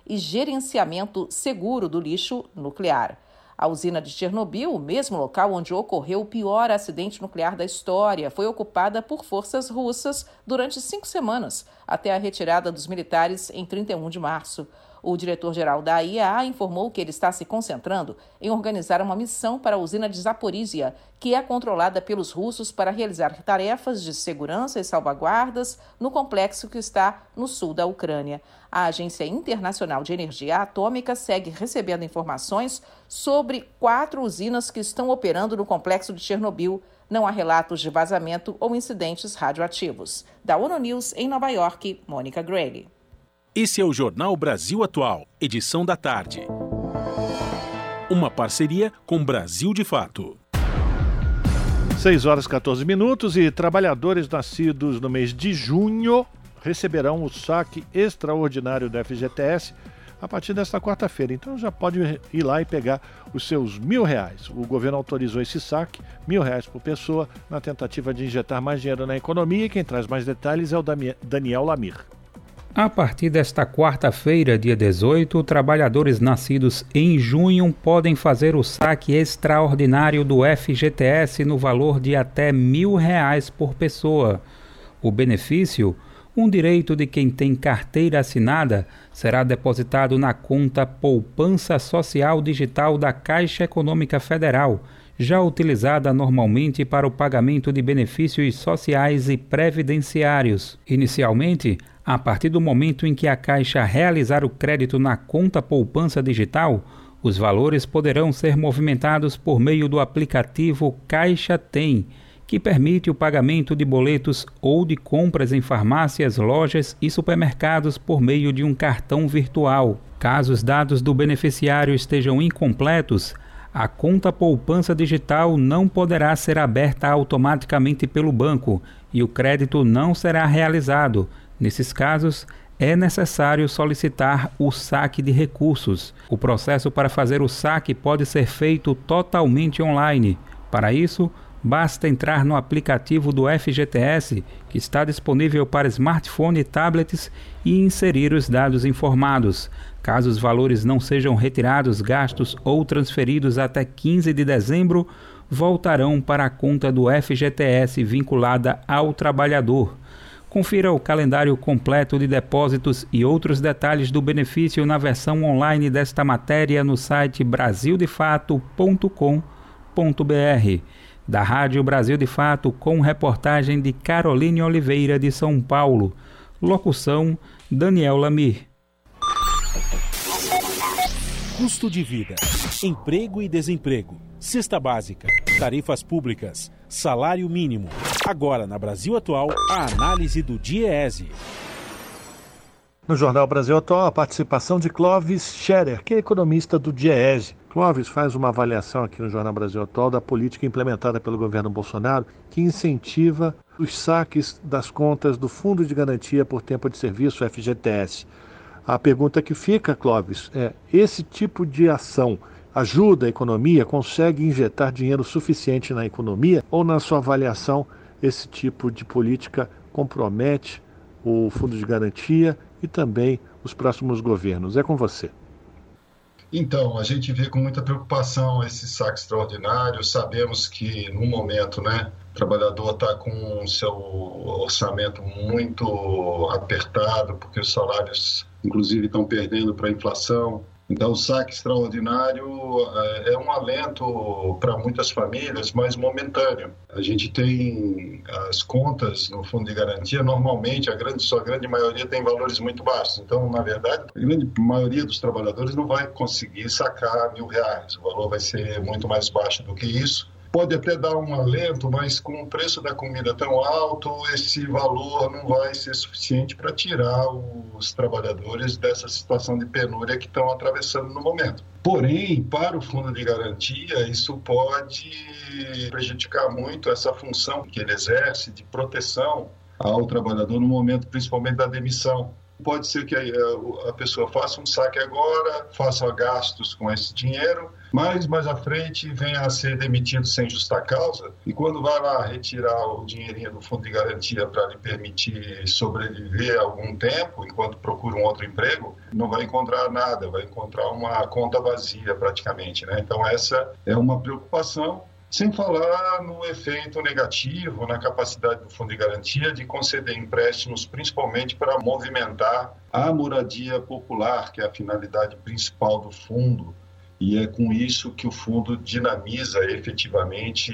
e gerenciamento seguro do lixo nuclear. A usina de Chernobyl, o mesmo local onde ocorreu o pior acidente nuclear da história, foi ocupada por forças russas durante cinco semanas, até a retirada dos militares em trinta e um de março. O diretor-geral da I A E A informou que ele está se concentrando em organizar uma missão para a usina de Zaporizhia, que é controlada pelos russos para realizar tarefas de segurança e salvaguardas no complexo que está no sul da Ucrânia. A Agência Internacional de Energia Atômica segue recebendo informações sobre quatro usinas que estão operando no complexo de Chernobyl. Não há relatos de vazamento ou incidentes radioativos. Da ONU News, em Nova York, Mônica Grayle. Esse é o Jornal Brasil Atual, edição da tarde. Uma parceria com Brasil de Fato. seis horas e quatorze minutos e trabalhadores nascidos no mês de junho receberão o saque extraordinário do F G T S a partir desta quarta-feira. Então já pode ir lá e pegar os seus mil reais. O governo autorizou esse saque, mil reais por pessoa, na tentativa de injetar mais dinheiro na economia. E quem traz mais detalhes é o Daniel Lamir. A partir desta quarta-feira, dia dezoito, trabalhadores nascidos em junho podem fazer o saque extraordinário do F G T S no valor de até mil reais por pessoa. O benefício, um direito de quem tem carteira assinada, será depositado na conta Poupança Social Digital da Caixa Econômica Federal, já utilizada normalmente para o pagamento de benefícios sociais e previdenciários. Inicialmente, a partir do momento em que a Caixa realizar o crédito na conta Poupança Digital, os valores poderão ser movimentados por meio do aplicativo Caixa Tem, que permite o pagamento de boletos ou de compras em farmácias, lojas e supermercados por meio de um cartão virtual. Caso os dados do beneficiário estejam incompletos, a conta Poupança Digital não poderá ser aberta automaticamente pelo banco e o crédito não será realizado. Nesses casos, é necessário solicitar o saque de recursos. O processo para fazer o saque pode ser feito totalmente online. Para isso, basta entrar no aplicativo do F G T S, que está disponível para smartphone e tablets, e inserir os dados informados. Caso os valores não sejam retirados, gastos ou transferidos até quinze de dezembro, voltarão para a conta do F G T S vinculada ao trabalhador. Confira o calendário completo de depósitos e outros detalhes do benefício na versão online desta matéria no site brasil de fato ponto com ponto b r. Da Rádio Brasil de Fato, com reportagem de Caroline Oliveira de São Paulo. Locução, Daniel Lamir. Custo de vida, emprego e desemprego, cesta básica, tarifas públicas, salário mínimo. Agora, na Brasil Atual, a análise do DIEESE. No Jornal Brasil Atual, a participação de Clóvis Scherer, que é economista do DIEESE. Clóvis faz uma avaliação aqui no Jornal Brasil Atual da política implementada pelo governo Bolsonaro, que incentiva os saques das contas do Fundo de Garantia por Tempo de Serviço, F G T S. A pergunta que fica, Clóvis, é: esse tipo de ação ajuda a economia, consegue injetar dinheiro suficiente na economia, ou, na sua avaliação, esse tipo de política compromete o Fundo de Garantia e também os próximos governos? É com você. Então, a gente vê com muita preocupação esse saque extraordinário. Sabemos que, no momento, né, o trabalhador está com o seu orçamento muito apertado, porque os salários, inclusive, estão perdendo para a inflação. Então, o saque extraordinário é um alento para muitas famílias, mas momentâneo. A gente tem as contas no Fundo de Garantia, normalmente, a grande, sua grande maioria tem valores muito baixos. Então, na verdade, a grande maioria dos trabalhadores não vai conseguir sacar mil reais. O valor vai ser muito mais baixo do que isso. Pode até dar um alento, mas com o preço da comida tão alto, esse valor não vai ser suficiente para tirar os trabalhadores dessa situação de penúria que estão atravessando no momento. Porém, para o Fundo de Garantia, isso pode prejudicar muito essa função que ele exerce de proteção ao trabalhador no momento, principalmente da demissão. Pode ser que a, a pessoa faça um saque agora, faça gastos com esse dinheiro, mas mais à frente venha a ser demitido sem justa causa, e quando vai lá retirar o dinheirinho do fundo de garantia para lhe permitir sobreviver algum tempo, enquanto procura um outro emprego, não vai encontrar nada, vai encontrar uma conta vazia praticamente, né? Então essa é uma preocupação, sem falar no efeito negativo na capacidade do fundo de garantia de conceder empréstimos, principalmente para movimentar a moradia popular, que é a finalidade principal do fundo. E é com isso que o fundo dinamiza efetivamente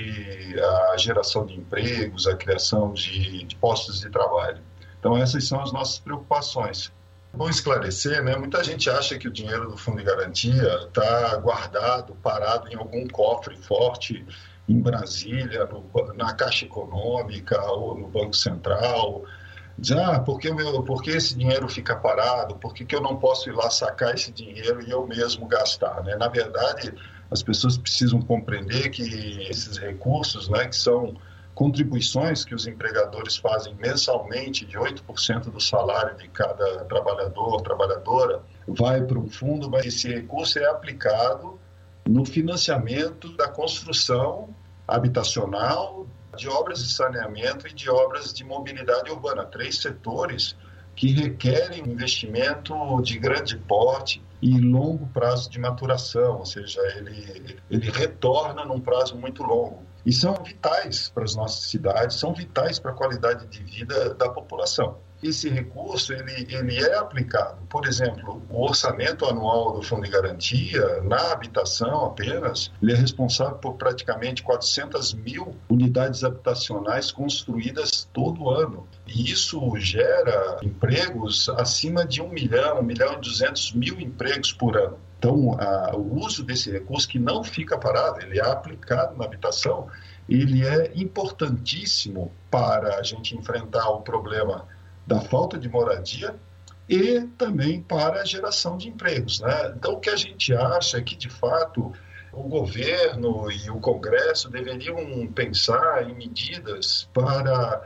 a geração de empregos, a criação de, de postos de trabalho. Então essas são as nossas preocupações. Bom esclarecer, né? Muita gente acha que o dinheiro do fundo de garantia está guardado, parado em algum cofre forte em Brasília, no, na Caixa Econômica ou no Banco Central. Diz, ah, por que, meu, por que esse dinheiro fica parado? Por que, que eu não posso ir lá sacar esse dinheiro e eu mesmo gastar? Né? Na verdade, as pessoas precisam compreender que esses recursos, né, que são contribuições que os empregadores fazem mensalmente de oito por cento do salário de cada trabalhador, trabalhadora, vai para um fundo, mas esse recurso é aplicado no financiamento da construção habitacional, de obras de saneamento e de obras de mobilidade urbana, três setores que requerem investimento de grande porte e longo prazo de maturação, ou seja, ele, ele retorna num prazo muito longo. E são vitais para as nossas cidades, são vitais para a qualidade de vida da população. Esse recurso ele, ele é aplicado, por exemplo, o orçamento anual do Fundo de Garantia, na habitação apenas, ele é responsável por praticamente quatrocentas mil unidades habitacionais construídas todo ano. E isso gera empregos acima de um milhão, um milhão e duzentos mil empregos por ano. Então, a, o uso desse recurso, que não fica parado, ele é aplicado na habitação, ele é importantíssimo para a gente enfrentar o problema da falta de moradia e também para a geração de empregos, né? Então, o que a gente acha é que, de fato, o governo e o Congresso deveriam pensar em medidas para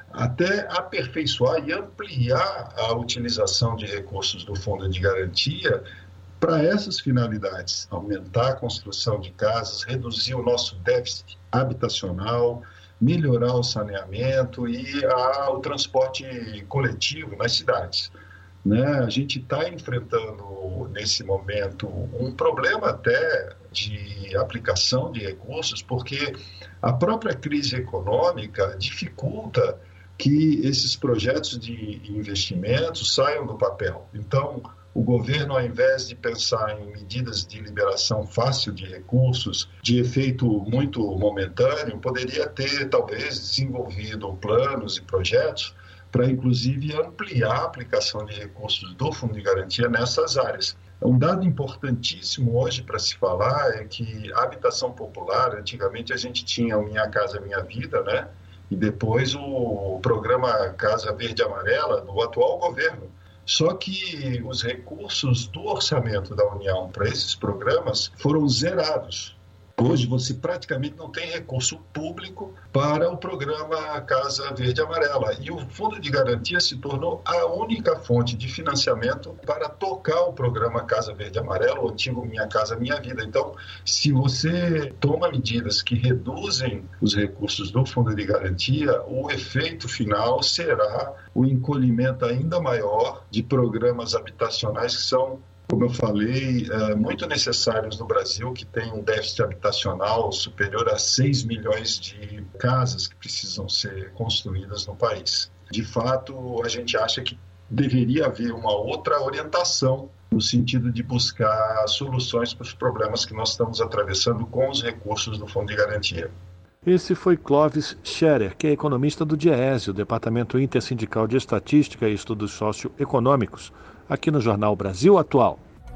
até aperfeiçoar e ampliar a utilização de recursos do Fundo de Garantia para essas finalidades, aumentar a construção de casas, reduzir o nosso déficit habitacional, melhorar o saneamento e a, o transporte coletivo nas cidades. Né? A gente está enfrentando, nesse momento, um problema até de aplicação de recursos, porque a própria crise econômica dificulta que esses projetos de investimento saiam do papel. Então, o governo, ao invés de pensar em medidas de liberação fácil de recursos, de efeito muito momentâneo, poderia ter, talvez, desenvolvido planos e projetos para, inclusive, ampliar a aplicação de recursos do Fundo de Garantia nessas áreas. Um dado importantíssimo hoje para se falar é que a habitação popular, antigamente a gente tinha o Minha Casa Minha Vida, né? E depois o programa Casa Verde e Amarela do atual governo. Só que os recursos do orçamento da União para esses programas foram zerados. Hoje você praticamente não tem recurso público para o programa Casa Verde e Amarela. E o Fundo de Garantia se tornou a única fonte de financiamento para tocar o programa Casa Verde e Amarela, o antigo Minha Casa Minha Vida. Então, se você toma medidas que reduzem os recursos do Fundo de Garantia, o efeito final será o encolhimento ainda maior de programas habitacionais que são, como eu falei, é, muito necessários no Brasil, que tem um déficit habitacional superior a seis milhões de casas que precisam ser construídas no país. De fato, a gente acha que deveria haver uma outra orientação no sentido de buscar soluções para os problemas que nós estamos atravessando com os recursos do Fundo de Garantia. Esse foi Clóvis Scherer, que é economista do DIEESE, o Departamento Intersindical de Estatística e Estudos Socioeconômicos, aqui no Jornal Brasil Atual.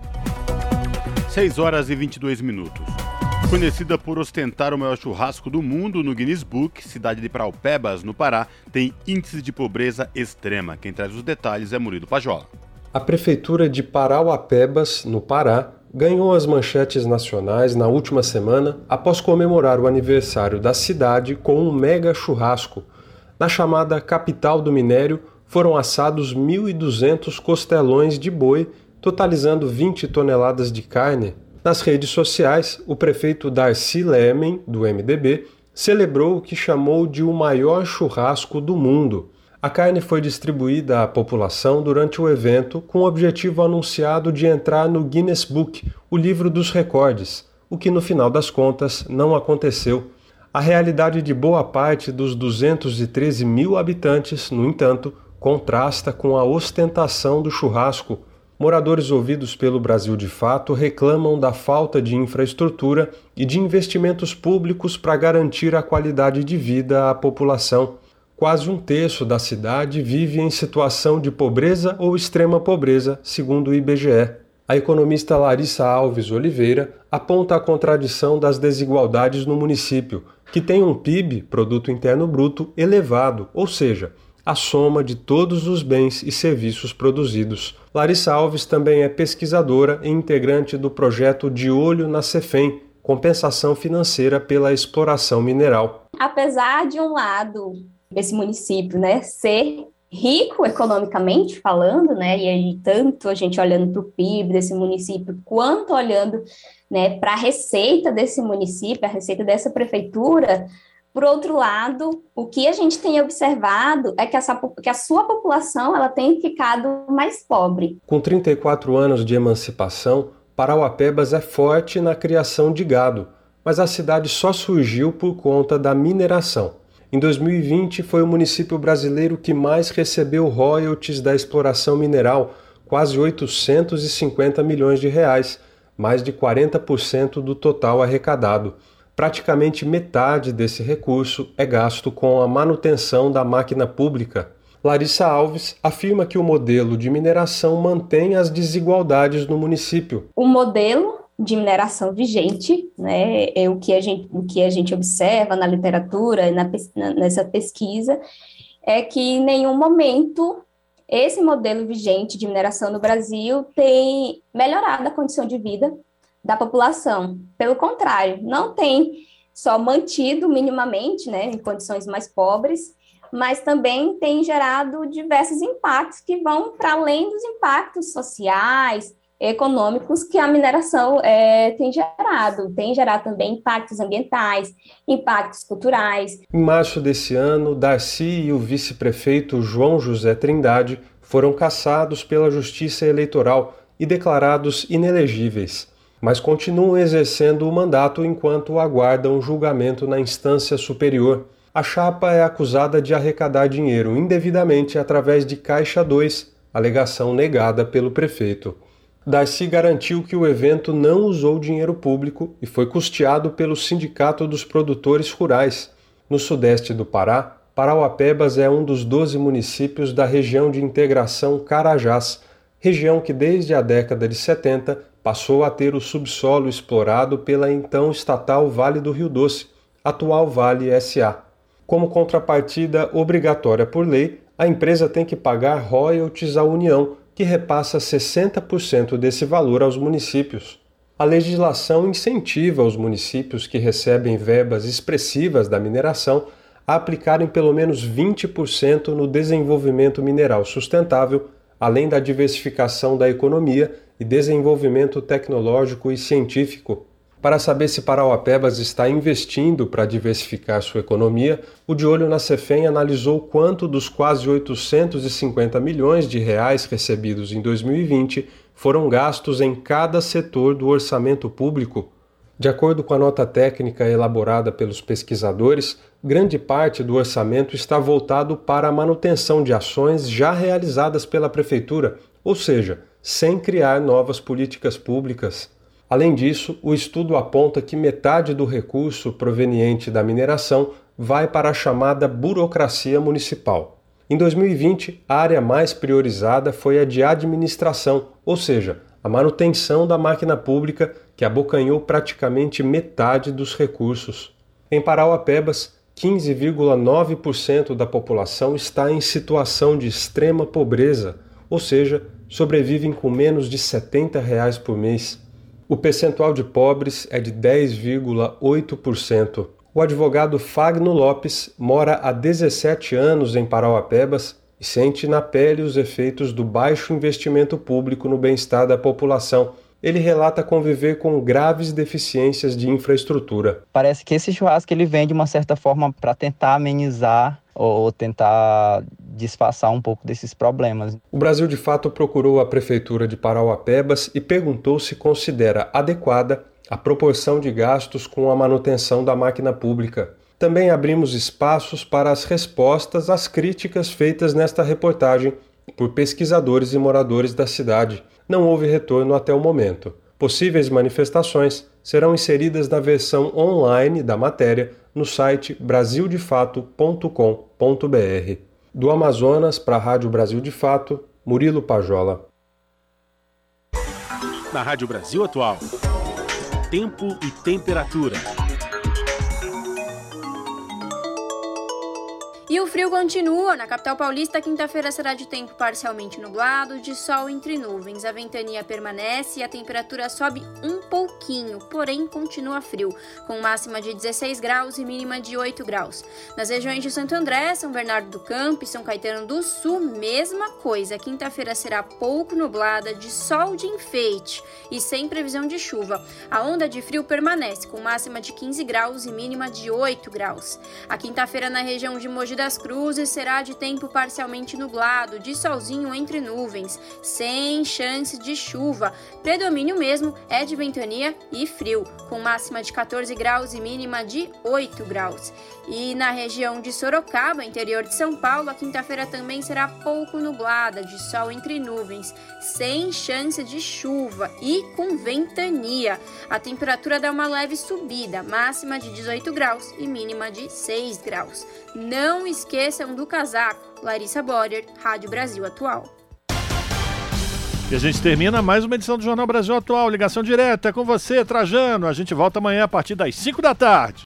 seis horas e vinte e dois minutos. Conhecida por ostentar o maior churrasco do mundo no Guinness Book, cidade de Paraupebas, no Pará, tem índice de pobreza extrema. Quem traz os detalhes é Murilo Pajola. A prefeitura de Parauapebas, no Pará, ganhou as manchetes nacionais na última semana após comemorar o aniversário da cidade com um mega churrasco. Na chamada capital do minério, foram assados mil e duzentos costelões de boi, totalizando vinte toneladas de carne. Nas redes sociais, o prefeito Darcy Lemen, do M D B, celebrou o que chamou de o maior churrasco do mundo. A carne foi distribuída à população durante o evento com o objetivo anunciado de entrar no Guinness Book, o livro dos recordes, o que no final das contas não aconteceu. A realidade de boa parte dos duzentos e treze mil habitantes, no entanto, contrasta com a ostentação do churrasco. Moradores ouvidos pelo Brasil de Fato reclamam da falta de infraestrutura e de investimentos públicos para garantir a qualidade de vida à população. Quase um terço da cidade vive em situação de pobreza ou extrema pobreza, segundo o I B G E. A economista Larissa Alves Oliveira aponta a contradição das desigualdades no município, que tem um P I B, Produto Interno Bruto, elevado, ou seja, a soma de todos os bens e serviços produzidos. Larissa Alves também é pesquisadora e integrante do projeto De Olho na Cefem, compensação financeira pela exploração mineral. Apesar de um lado, esse município, né, ser rico economicamente falando, né, e aí tanto a gente olhando para o P I B desse município, quanto olhando, né, para a receita desse município, a receita dessa prefeitura. Por outro lado, o que a gente tem observado é que, essa, que a sua população ela tem ficado mais pobre. Com trinta e quatro anos de emancipação, Parauapebas é forte na criação de gado, mas a cidade só surgiu por conta da mineração. Em dois mil e vinte, foi o município brasileiro que mais recebeu royalties da exploração mineral, quase oitocentos e cinquenta milhões de reais, mais de quarenta por cento do total arrecadado. Praticamente metade desse recurso é gasto com a manutenção da máquina pública. Larissa Alves afirma que o modelo de mineração mantém as desigualdades no município. O modelo de mineração vigente, né, é o que a gente, o que a gente observa na literatura, na, nessa pesquisa, é que em nenhum momento esse modelo vigente de mineração no Brasil tem melhorado a condição de vida da população. Pelo contrário, não tem só mantido minimamente, né, em condições mais pobres, mas também tem gerado diversos impactos que vão para além dos impactos sociais, econômicos que a mineração é, tem gerado. Tem gerado também impactos ambientais, impactos culturais. Em março desse ano, Darcy e o vice-prefeito João José Trindade foram cassados pela Justiça Eleitoral e declarados inelegíveis, mas continuam exercendo o mandato enquanto aguardam julgamento na instância superior. A chapa é acusada de arrecadar dinheiro indevidamente através de Caixa dois, alegação negada pelo prefeito. Darcy garantiu que o evento não usou dinheiro público e foi custeado pelo Sindicato dos Produtores Rurais. No sudeste do Pará, Parauapebas é um dos doze municípios da região de integração Carajás, região que desde a década de setenta passou a ter o subsolo explorado pela então estatal Vale do Rio Doce, atual Vale S A. Como contrapartida obrigatória por lei, a empresa tem que pagar royalties à União, que repassa sessenta por cento desse valor aos municípios. A legislação incentiva os municípios que recebem verbas expressivas da mineração a aplicarem pelo menos vinte por cento no desenvolvimento mineral sustentável, além da diversificação da economia e desenvolvimento tecnológico e científico. Para saber se Parauapebas está investindo para diversificar sua economia, o De Olho na Cefem analisou quanto dos quase oitocentos e cinquenta milhões de reais recebidos em dois mil e vinte foram gastos em cada setor do orçamento público. De acordo com a nota técnica elaborada pelos pesquisadores, grande parte do orçamento está voltado para a manutenção de ações já realizadas pela Prefeitura, ou seja, sem criar novas políticas públicas. Além disso, o estudo aponta que metade do recurso proveniente da mineração vai para a chamada burocracia municipal. Em dois mil e vinte, a área mais priorizada foi a de administração, ou seja, a manutenção da máquina pública, que abocanhou praticamente metade dos recursos. Em Parauapebas, quinze vírgula nove por cento da população está em situação de extrema pobreza, ou seja, sobrevivem com menos de setenta reais por mês. O percentual de pobres é de dez vírgula oito por cento. O advogado Fagno Lopes mora há dezessete anos em Parauapebas e sente na pele os efeitos do baixo investimento público no bem-estar da população. Ele relata conviver com graves deficiências de infraestrutura. Parece que esse churrasco ele vem de uma certa forma para tentar amenizar ou tentar disfarçar um pouco desses problemas. O Brasil de Fato procurou a Prefeitura de Parauapebas e perguntou se considera adequada a proporção de gastos com a manutenção da máquina pública. Também abrimos espaços para as respostas às críticas feitas nesta reportagem por pesquisadores e moradores da cidade. Não houve retorno até o momento. Possíveis manifestações serão inseridas na versão online da matéria no site brasil de fato ponto com ponto b r. Do Amazonas para a Rádio Brasil de Fato, Murilo Pajola. Na Rádio Brasil Atual, tempo e temperatura. E o frio continua. Na capital paulista, quinta-feira será de tempo parcialmente nublado, de sol entre nuvens. A ventania permanece e a temperatura sobe um pouquinho, porém continua frio, com máxima de dezesseis graus e mínima de oito graus. Nas regiões de Santo André, São Bernardo do Campo e São Caetano do Sul, mesma coisa. Quinta-feira será pouco nublada, de sol de enfeite e sem previsão de chuva. A onda de frio permanece, com máxima de quinze graus e mínima de oito graus. A quinta-feira na região de Mogi das Cruzes será de tempo parcialmente nublado, de solzinho entre nuvens, sem chance de chuva. Predomínio mesmo é de ventania e frio, com máxima de quatorze graus e mínima de oito graus. E na região de Sorocaba, interior de São Paulo, a quinta-feira também será pouco nublada, de sol entre nuvens, sem chance de chuva e com ventania. A temperatura dá uma leve subida, máxima de dezoito graus e mínima de seis graus. Não esqueçam do casaco. Larissa Borer, Rádio Brasil Atual. E a gente termina mais uma edição do Jornal Brasil Atual. Ligação direta com você, Trajano. A gente volta amanhã a partir das cinco da tarde.